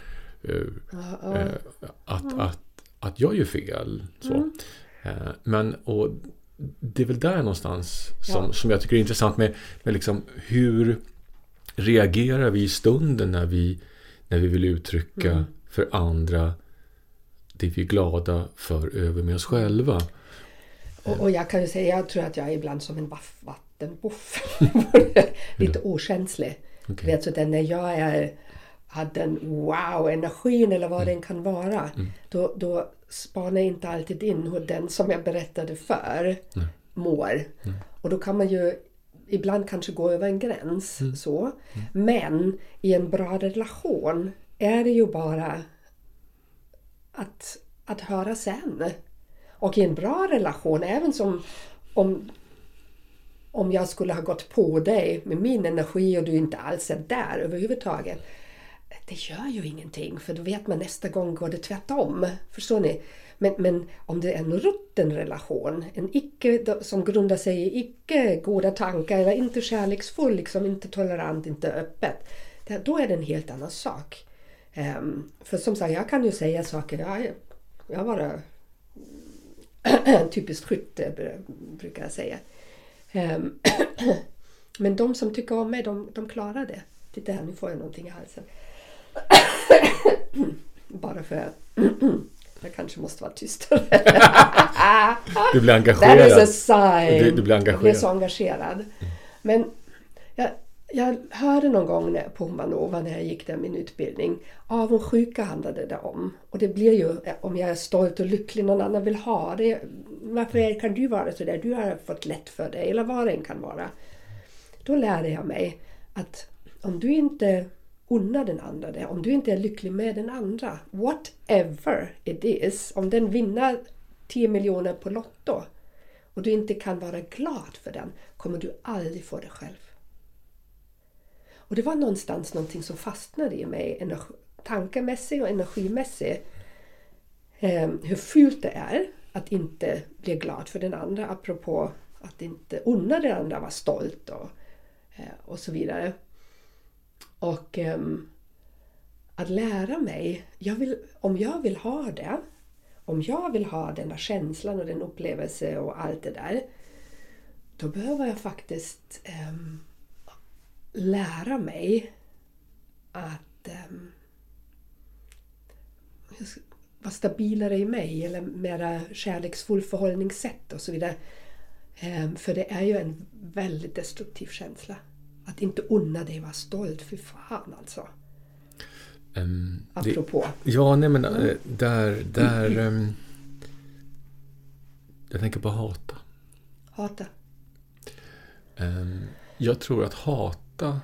att jag gör fel. Så. Men och det är väl där någonstans som jag tycker är intressant med liksom hur reagerar vi i stunden när vi vill uttrycka för andra det vi är glada för över med oss själva. Och jag kan ju säga, jag tror att jag är ibland som en vattenbuff. Lite okänslig. Okay. Vet så när jag hade den energin eller vad den kan vara. Då spanar inte alltid in hur den som jag berättade för mår. Och då kan man ju ibland kanske gå över en gräns. Så. Men i en bra relation är det ju bara att höra sen. Och i en bra relation, även som om jag skulle ha gått på dig med min energi och du inte alls är där överhuvudtaget. Det gör ju ingenting, för då vet man nästa gång går det tvärtom. Förstår ni? Men om det är en rutten relation, en som grundar sig i icke goda tankar eller inte kärleksfull, liksom inte tolerant, inte öppet, då är det en helt annan sak. För som sagt, jag kan ju säga saker, jag var typiskt skytte, brukar jag säga. Men de som tycker om mig, de klarar det. Titta här, nu får jag någonting i halsen. Bara för att jag kanske måste vara tyst. Du blir engagerad. That is a sign. Du blir engagerad. Jag blir så engagerad. Men jag hörde någon gång på Humanova när jag gick där min utbildning. Avundsjuka handlade det om. Och det blir ju, om jag är stolt och lycklig, någon annan vill ha det. Varför kan du vara så där? Du har fått lätt för dig. Eller vad det än kan vara. Då lärde jag mig att om du inte unnar den andra det, om du inte är lycklig med den andra, whatever it is, om den vinner 10 miljoner på Lotto och du inte kan vara glad för den, kommer du aldrig få det själv. Och det var någonstans någonting som fastnade i mig, tankemässigt och energimässigt. Hur fult det är att inte bli glad för den andra, apropå att inte unna den andra vara stolt och så vidare. Och att lära mig, om jag vill ha den här känslan och den upplevelse och allt det där, då behöver jag faktiskt lära mig att vara stabilare i mig eller mera kärleksfull förhållningssätt och så vidare. För det är ju en väldigt destruktiv känsla. Att inte unna dig vara stolt, för fan alltså. Apropå. Jag tänker på hata. Hata. Jag tror att hata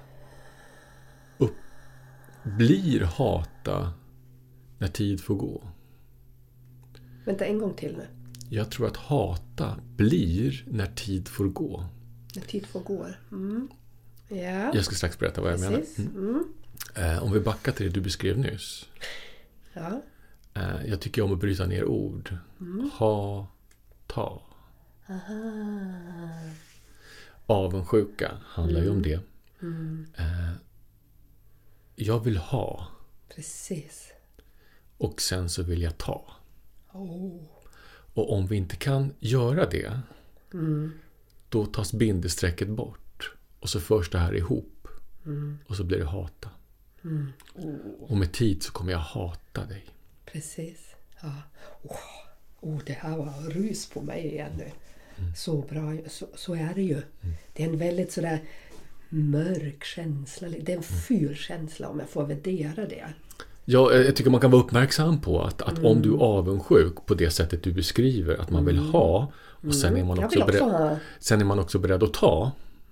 blir hata när tid får gå. Vänta en gång till nu. Jag tror att hata blir när tid får gå. När tid får gå. Ja. Jag ska strax berätta vad jag menar. Om vi backar till det du beskrev nyss. Ja. Jag tycker om att bryta ner ord. Ha-ta. Avundsjuka handlar ju om det. Jag vill ha. Precis. Och sen så vill jag ta. Och om vi inte kan göra det, då tas bindesträcket bort. Och så förs det här ihop. Och så blir det hata. Och med tid så kommer jag hata dig. Precis. Ja. Det här var rus på mig igen nu. Så bra. Så är det ju. Det är en väldigt sådär mörk känsla. Det är en ful känsla, om jag får värdera det. Ja, jag tycker man kan vara uppmärksam på att om du är avundsjuk på det sättet du beskriver, att man vill ha, och sen är man också beredd att ta.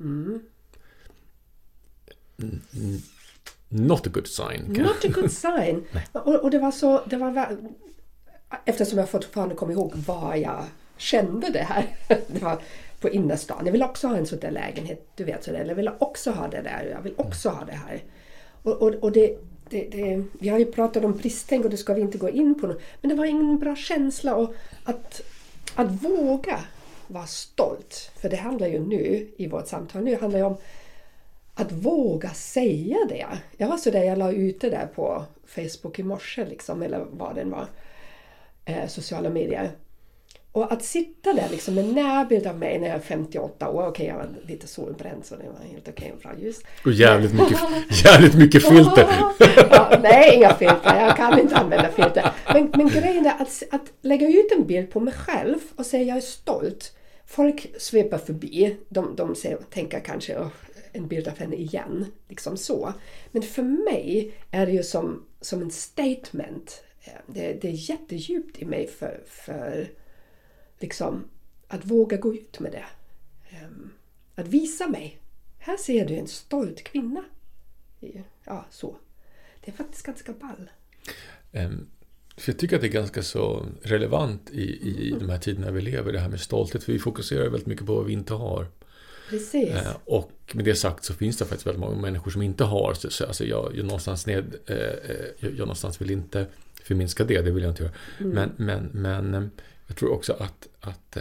Not a good sign. Not a good sign. Och det var eftersom jag fortfarande kom ihåg vad jag kände det här. Det var på innerstan. Jag vill också ha en sån där lägenhet, du vet sådär. Jag vill också ha det där. Jag vill också ha det här. Och det vi har ju pratat om bristtänk och det ska vi inte gå in på nu. Men det var ingen bra känsla och att våga vara stolt. För det handlar ju nu i vårt samtal. Nu handlar det om att våga säga det. Jag var så där, jag la ut det där på Facebook i morse liksom, eller vad den var. Sociala medier. Och att sitta där liksom med närbild av mig när jag är 58 år. Okej, jag var lite solbränd så det var helt okej bra ljus. Och jävligt mycket filter. Ja, nej, inga filter. Jag kan inte använda filter. Men grejen är att lägga ut en bild på mig själv och säga jag är stolt. Folk sveper förbi. De tänker kanske en bild av henne igen. Liksom så. Men för mig är det ju som en statement. Det är jättedjupt i mig för liksom att våga gå ut med det. Att visa mig. Här ser du en stolt kvinna. Ja, så. Det är faktiskt ganska ball. För jag tycker att det är ganska så relevant i de här tiderna vi lever, det här med stolthet. För vi fokuserar väldigt mycket på vad vi inte har. Precis. Och med det sagt så finns det faktiskt väldigt många människor som inte har. Så alltså jag någonstans vill inte förminska det vill jag inte göra. Men jag tror också att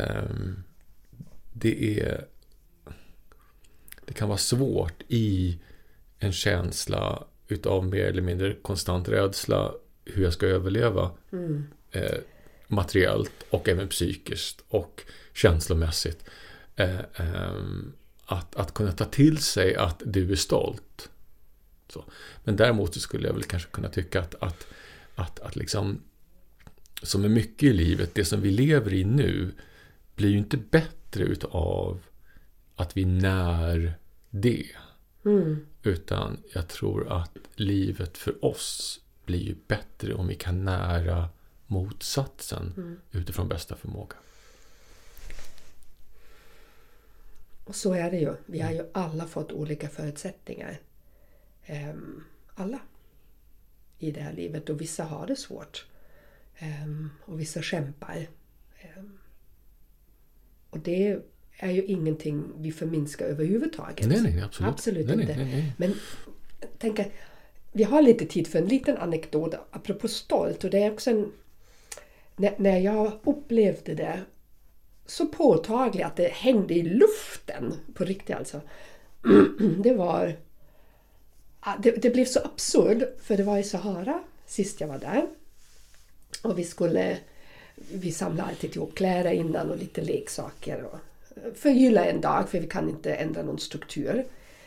det kan vara svårt i en känsla utav mer eller mindre konstant rädsla hur jag ska överleva materiellt och även psykiskt och känslomässigt. Att kunna ta till sig att du är stolt. Så. Men däremot så skulle jag väl kanske kunna tycka att liksom, som är mycket i livet, det som vi lever i nu blir ju inte bättre utav att vi när det. Utan jag tror att livet för oss blir ju bättre om vi kan nära motsatsen utifrån bästa förmåga. Och så är det ju. Vi har ju alla fått olika förutsättningar. Alla. I det här livet. Och vissa har det svårt. Och vissa kämpar. Och det är ju ingenting vi förminskar överhuvudtaget. Nej, absolut inte. Nej. Men tänk att vi har lite tid för en liten anekdot apropå stolt. Och det är också när jag upplevde det så påtagligt att det hängde i luften på riktigt alltså. Det blev så absurd för det var i Sahara sist jag var där. Och vi samlade alltid ihop kläder innan och lite leksaker och förgylla en dag för vi kan inte ändra någon struktur.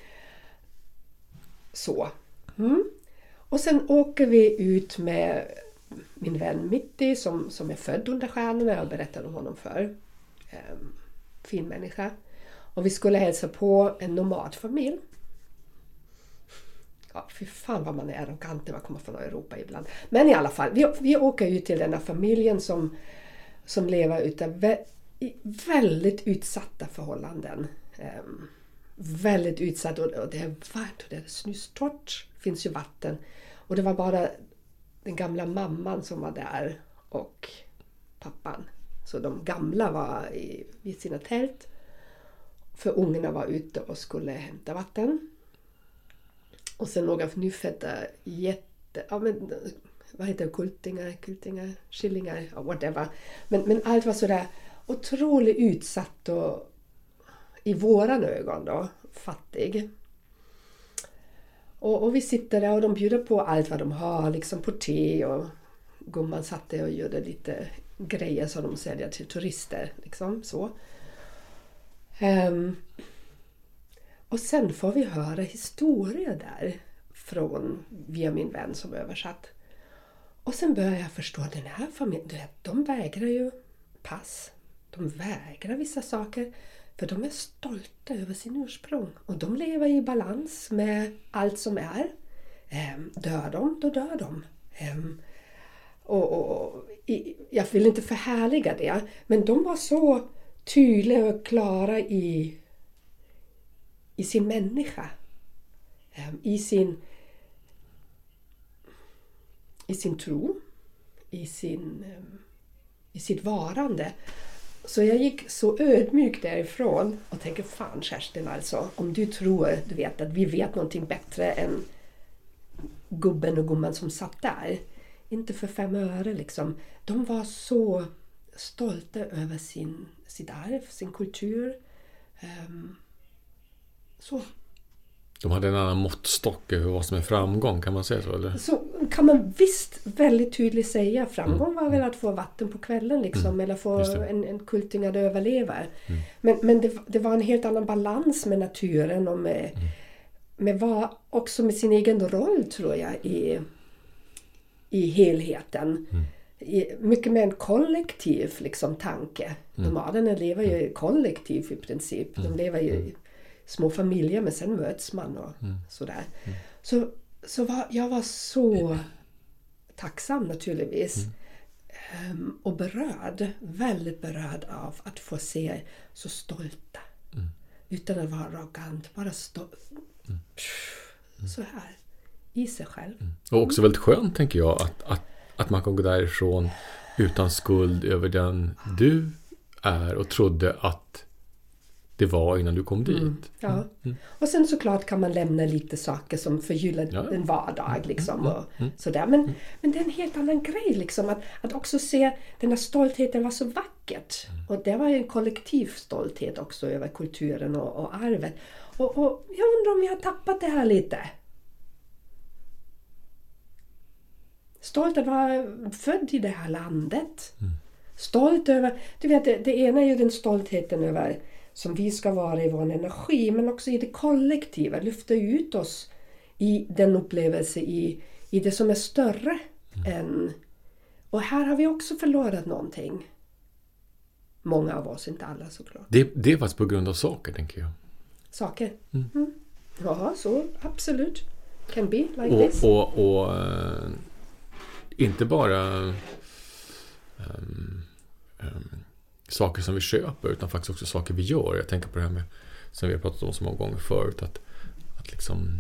Så. Och sen åker vi ut med min vän Mitti som är född under stjärnorna. Jag berättade om honom för. Fin människa. Och vi skulle hälsa på en nomadfamilj. Ja, fy fan vad man är arrogant när man kommer från Europa ibland. Men i alla fall, vi åker ut till den här familjen som lever utav väldigt utsatta förhållanden. Väldigt utsatt och det är varmt och det är snustort. Finns ju vatten. Och det var bara den gamla mamman som var där och pappan. Så de gamla var vid sina tält. För ungarna var ute och skulle hämta vatten. Och sen några nyfödda vad heter det? Kultingar, skillingar, whatever. Men allt var sådär otroligt utsatt och i våran ögon då, fattig. Och vi sitter där och de bjuder på allt vad de har, liksom på te och gumman satt där och gjorde lite grejer som de säljer till turister, liksom så. Och sen får vi höra historier där via min vän som översatt. Och sen börjar jag förstå den här familjen, de vägrar ju pass. De vägrar vissa saker för de är stolta över sin ursprung. Och de lever i balans med allt som är. Dör de, då dör de. Jag vill inte förhärliga det, men de var så tydliga och klara i sin människa. I sin tro. I sitt varande. Så jag gick så ödmjuk därifrån och tänkte, fan Kerstin alltså, om du tror, du vet att vi vet någonting bättre än gubben och gumman som satt där. Inte för 5 öre liksom. De var så stolta över sitt arv, sin kultur. Så. De hade en annan måttstock över vad som är framgång, kan man säga så? Eller? Så kan man visst väldigt tydligt säga. Framgång var väl att få vatten på kvällen liksom, eller få en kulting att överleva. Men det var en helt annan balans med naturen och med också med sin egen roll, tror jag, i helheten. Mycket mer en kollektiv liksom, tanke. Nomaderna lever ju kollektiv i princip. De lever ju i små familjer, men sen möts man och sådär. Jag var så tacksam naturligtvis. Och väldigt berörd av att få se så stolta. Utan att vara arrogant, bara så här i sig själv. Och också väldigt skönt, tänker jag, att man kan gå därifrån utan skuld över den du är och trodde att det var innan du kom dit. Ja. Och sen såklart kan man lämna lite saker som förgyllar en vardag liksom, och sådär. Men det är en helt annan grej liksom, att också se den här stoltheten var så vackert. Och det var ju en kollektiv stolthet också över kulturen och arvet. Och jag undrar om vi har tappat det här lite. Stolt att vara född i det här landet. Stolt över, du vet, det ena är ju den stoltheten över som vi ska vara i vår energi, men också i det kollektiva, lyfta ut oss i den upplevelse i det som är större än. Och här har vi också förlorat någonting. Många av oss, inte alla såklart. Det är faktiskt på grund av saker, tänker jag. Saker? Ja, så absolut. Can be like this. Och inte bara saker som vi köper, utan faktiskt också saker vi gör. Jag tänker på det här med, som vi har pratat om så många gånger förut, att liksom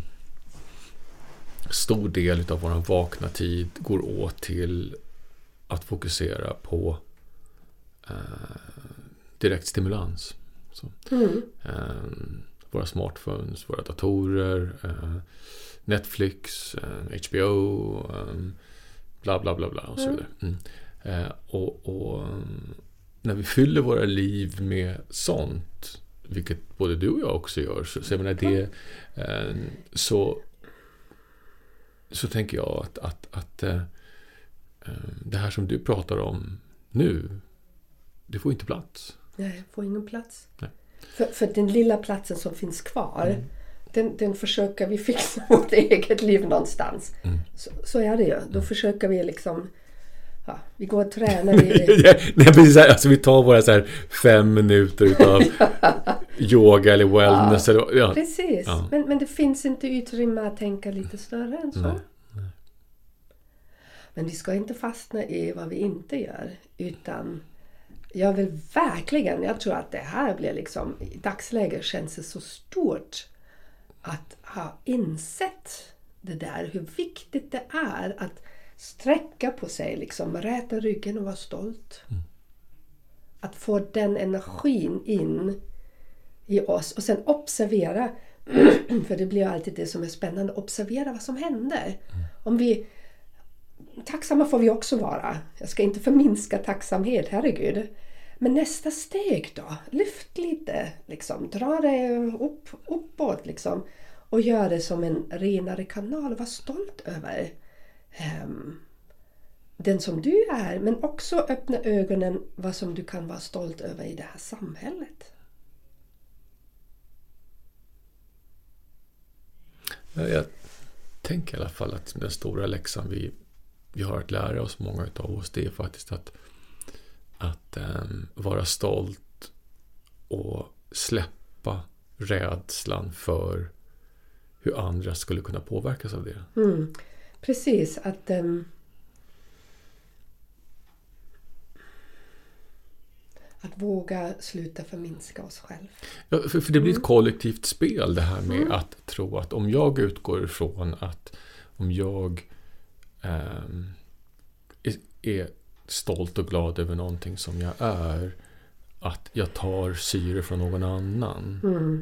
stor del av vår vakna tid går åt till att fokusera på direkt stimulans. Så. Våra smartphones, våra datorer, Netflix, HBO, bla bla bla bla och så vidare. Och när vi fyller våra liv med sånt, vilket både du och jag också gör, så jag menar det, så tänker jag att det här som du pratar om nu, det får inte plats. Nej, det får ingen plats. Nej. För den lilla platsen som finns kvar, den försöker vi fixa vårt eget liv någonstans. Så är det ju. Då försöker vi liksom, vi går och tränar. Nej, precis, alltså vi tar våra så här 5 minuter utav yoga eller wellness. Eller, precis. Ja. Men det finns inte utrymme att tänka lite större än så. Nej. Men vi ska inte fastna i vad vi inte gör, utan jag vill verkligen, jag tror att det här blir liksom, i dagsläget känns det så stort att ha insett det där, hur viktigt det är att sträcka på sig, liksom, räta ryggen och vara stolt. Att få den energin in i oss och sen observera, för det blir alltid det som är spännande, observera vad som händer. Om vi, tacksamma får vi också vara. Jag ska inte förminska tacksamhet, herregud. Men nästa steg då, lyft lite, liksom, dra det uppåt liksom, och gör det som en renare kanal. Var stolt över den som du är, men också öppna ögonen vad som du kan vara stolt över i det här samhället. Jag tänker i alla fall att den stora läxan vi har att lära oss, många av oss, det är faktiskt att vara stolt och släppa rädslan för hur andra skulle kunna påverkas av det. Precis, att våga sluta förminska oss själv. Ja, för det blir ett kollektivt spel, det här med att tro att om jag utgår ifrån att om jag är stolt och glad över någonting som jag är, att jag tar syre från någon annan.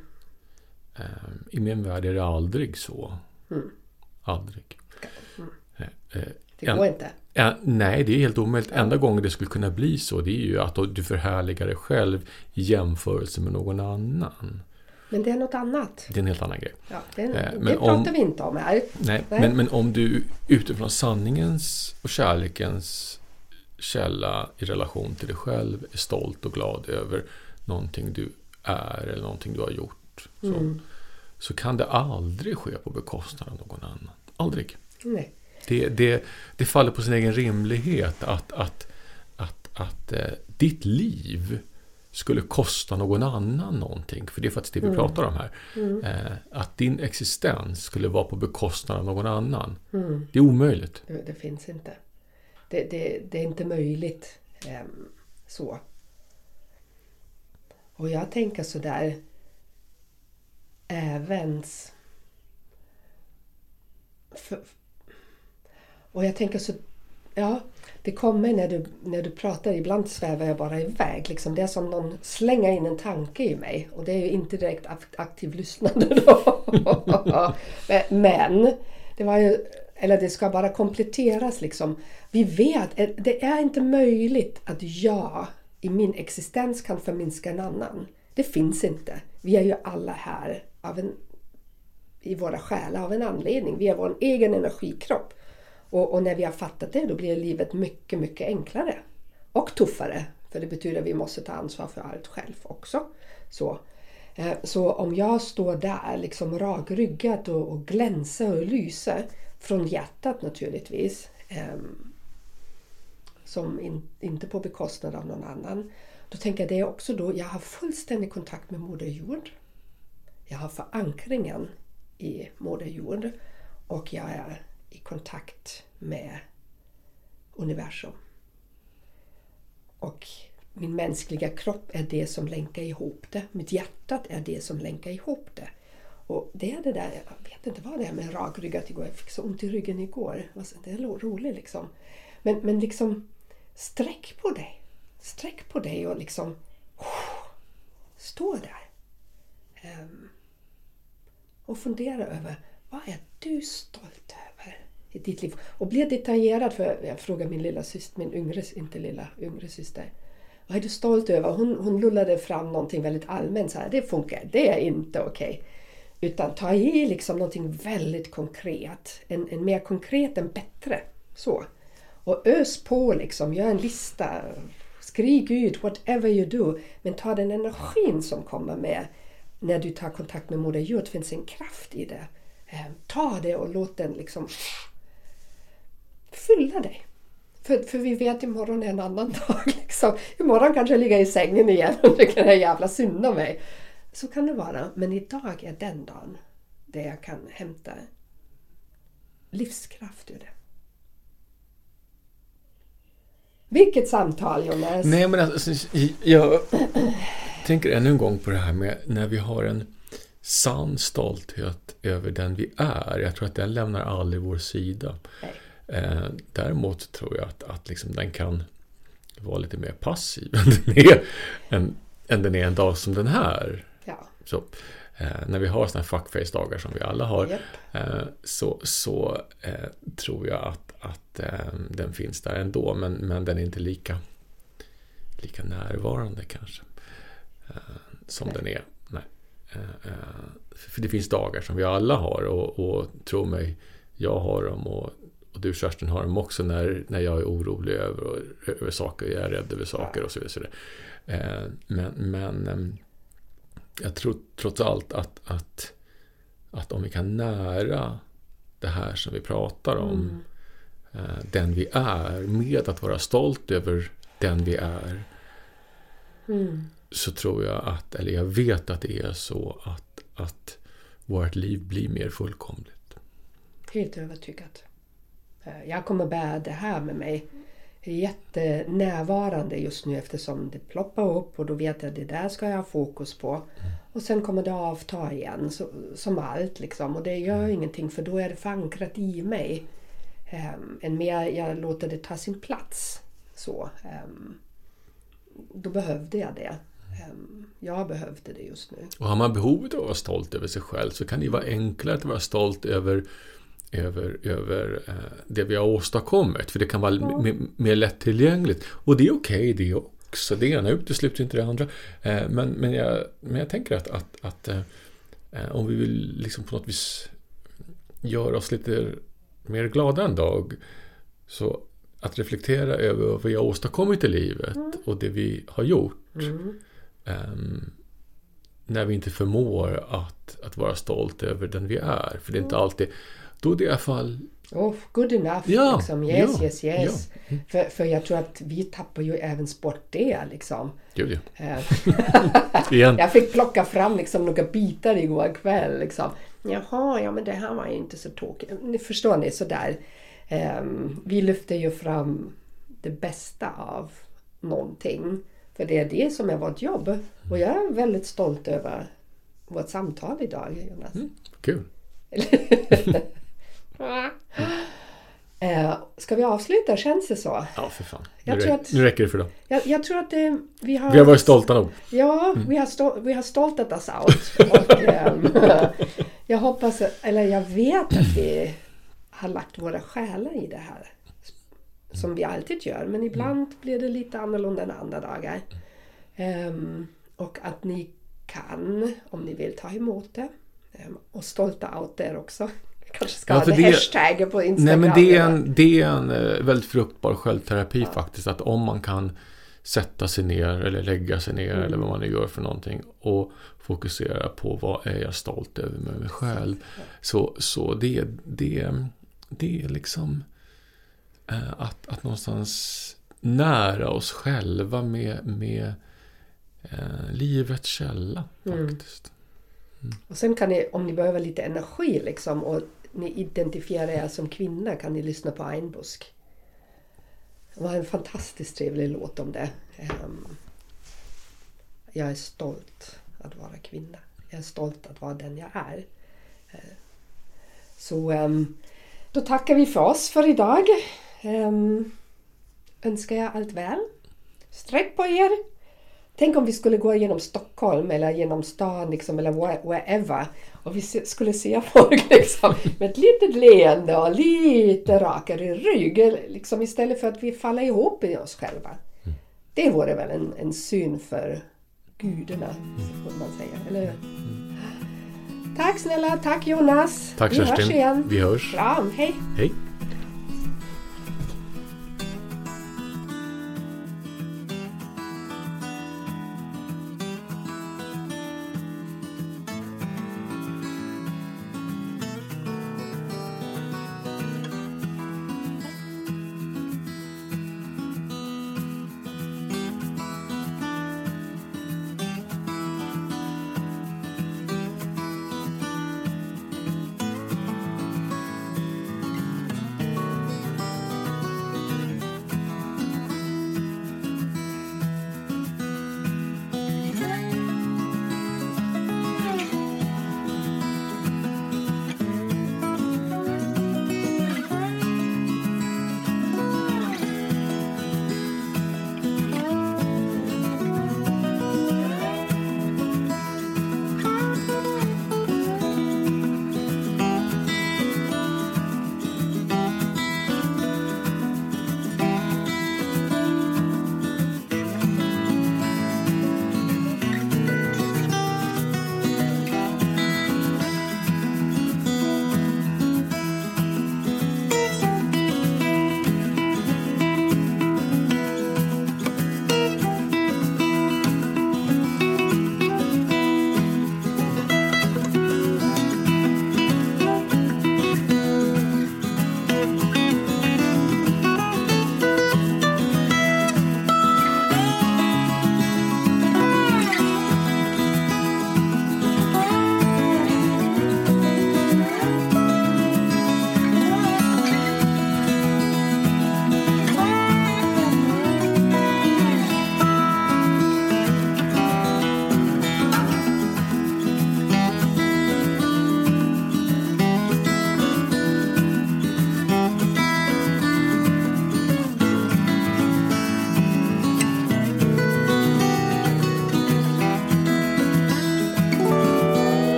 I min värld är det aldrig så. Aldrig. Det går inte. Nej, det är helt omöjligt. Enda gången det skulle kunna bli så, det är ju att du förhärligar dig själv i jämförelse med någon annan. Men det är något annat. Det är en helt annan grej. Ja, det pratar vi inte om här. Nej. Men om du utifrån sanningens och kärlekens källa i relation till dig själv är stolt och glad över någonting du är eller någonting du har gjort, så kan det aldrig ske på bekostnad av någon annan. Aldrig. Nej. Det faller på sin egen rimlighet att ditt liv skulle kosta någon annan någonting. För det är faktiskt det vi pratar om här. Att din existens skulle vara på bekostnad av någon annan. Det är omöjligt. Det finns inte. Det är inte möjligt. Så. Och jag tänker så där även... Och jag tänker så... Ja, det kommer när du pratar. Ibland svävar jag bara iväg. Liksom. Det är som någon slänger in en tanke i mig. Och det är ju inte direkt aktiv lyssnande då. Men det var ju... Eller det ska bara kompletteras liksom. Vi vet, det är inte möjligt att jag i min existens kan förminska en annan. Det finns inte. Vi är ju alla här i våra själar av en anledning. Vi är vår egen energikropp. Och när vi har fattat det, då blir livet mycket, mycket enklare. Och tuffare. För det betyder att vi måste ta ansvar för allt själv också. Så om jag står där liksom rakryggad och glänser och lyser från hjärtat naturligtvis, som inte på bekostnad av någon annan, då tänker jag det är också då jag har fullständig kontakt med Moder Jord. Jag har förankringen i Moder Jord och jag är i kontakt med universum. Och min mänskliga kropp är det som länkar ihop det. Mitt hjärtat är det som länkar ihop det. Och det är det där, jag vet inte vad det är med rakryggat igår. Jag fick så ont i ryggen igår. Det är roligt liksom. Men liksom sträck på dig. Sträck på dig och liksom stå där. Och fundera över vad är du stolt över i ditt liv. Och bli detaljerad, för jag frågar min lilla syster, min yngre syster. Vad är du stolt över? Hon lullade fram någonting väldigt allmänt så här. Det funkar, det är inte okej. Utan ta i liksom någonting väldigt konkret. En mer konkret än bättre. Så. Och ös på liksom. Gör en lista. Skrik ut whatever you do. Men ta den energin som kommer med. När du tar kontakt med Moder Jord. Det finns en kraft i det. Ta det och låt den liksom fylla dig. För vi vet imorgon är en annan dag. Liksom. Imorgon kanske jag ligger i sängen igen. Och tycker det är jävla synd om mig. Så kan det vara. Men idag är den dagen där jag kan hämta livskraft ur det. Vilket samtal, Jonas? Nej, men alltså, jag tänker ännu en gång på det här med när vi har en sann stolthet över den vi är. Jag tror att den lämnar aldrig vår sida. Däremot tror jag att liksom den kan vara lite mer passiv än den är en dag som den här. Ja. Så, när vi har såna här fuckface-dagar som vi alla har, så tror jag att den finns där ändå, men den är inte lika närvarande kanske som den är. Nej. För det finns dagar som vi alla har och tro mig, jag har dem och du, Kerstin, har dem också när jag är orolig över saker, jag är rädd över saker och så vidare. Men jag tror trots allt att om vi kan nära det här som vi pratar om, den vi är, med att vara stolt över den vi är, så tror jag eller jag vet att det är så att vårt liv blir mer fullkomligt. Helt övertygad. Jag kommer bära det här med mig. Jag är jättenärvarande just nu eftersom det ploppar upp och då vet jag att det där ska jag ha fokus på. Och sen kommer det avta igen som allt liksom. Och det gör ingenting för då är det förankrat i mig. Än mer jag låter det ta sin plats. Så. Då behövde jag det. Jag behövde det just nu. Och har man behovet av att vara stolt över sig själv så kan det vara enklare att vara stolt över över det vi har åstadkommit. För det kan vara mer lättillgängligt. Och det är okej det också. Det ena utesluter inte det andra. Men jag tänker att om vi vill liksom på något vis göra oss lite mer glada en dag, så att reflektera över vad vi har åstadkommit i livet och det vi har gjort. När vi inte förmår att vara stolt över den vi är. För det är inte alltid... Då är det i alla fall... good enough. Ja, liksom. Yes. Ja. För jag tror att vi tappar ju även sport det. Liksom. Gud, ja. Jag fick plocka fram liksom några bitar igår kväll. Liksom. Jaha, men det här var ju inte så tråkigt. Ni förstår ni, sådär. Vi lyfter ju fram det bästa av någonting. För det är det som är vårt jobb. Och jag är väldigt stolt över vårt samtal idag, Jonas. Kul. Ska vi avsluta? Känns det så? Ja, för fan. Nu räcker det för dem. Jag tror att vi har varit stolta nog. Ja, vi har stoltat oss out. Och, jag hoppas, eller jag vet att vi har lagt våra själar i det här. Som vi alltid gör. Men ibland blir det lite annorlunda än andra dagar. Och att ni kan, om ni vill, ta emot det. Och stolta out där också. Kanske ska ha hashtag på Instagram. Nej, men det är en väldigt fruktbar självterapi faktiskt. Att om man kan sätta sig ner eller lägga sig ner eller vad man nu gör för någonting och fokusera på vad är jag stolt över med mig själv. Så det är liksom att någonstans nära oss själva med livets källa faktiskt. Och sen kan ni, om ni behöver lite energi liksom, och ni identifierar er som kvinna, kan ni lyssna på Einbusk. Det var en fantastiskt trevlig låt om det. Jag är stolt att vara kvinna. Jag är stolt att vara den jag är. Så då tackar vi för oss för idag. Önskar jag allt väl. Sträck på er. Tänk om vi skulle gå genom Stockholm eller genom stan liksom, eller wherever, och vi skulle se folk liksom, med ett litet leende och lite rakare rygg liksom, istället för att vi faller ihop i oss själva. Det vore väl en syn för gudarna, får man säga, eller hur? Tack snälla, tack Jonas. Tack Kerstin. Vi hörs igen. Vi hörs. Kram, hej. Hej.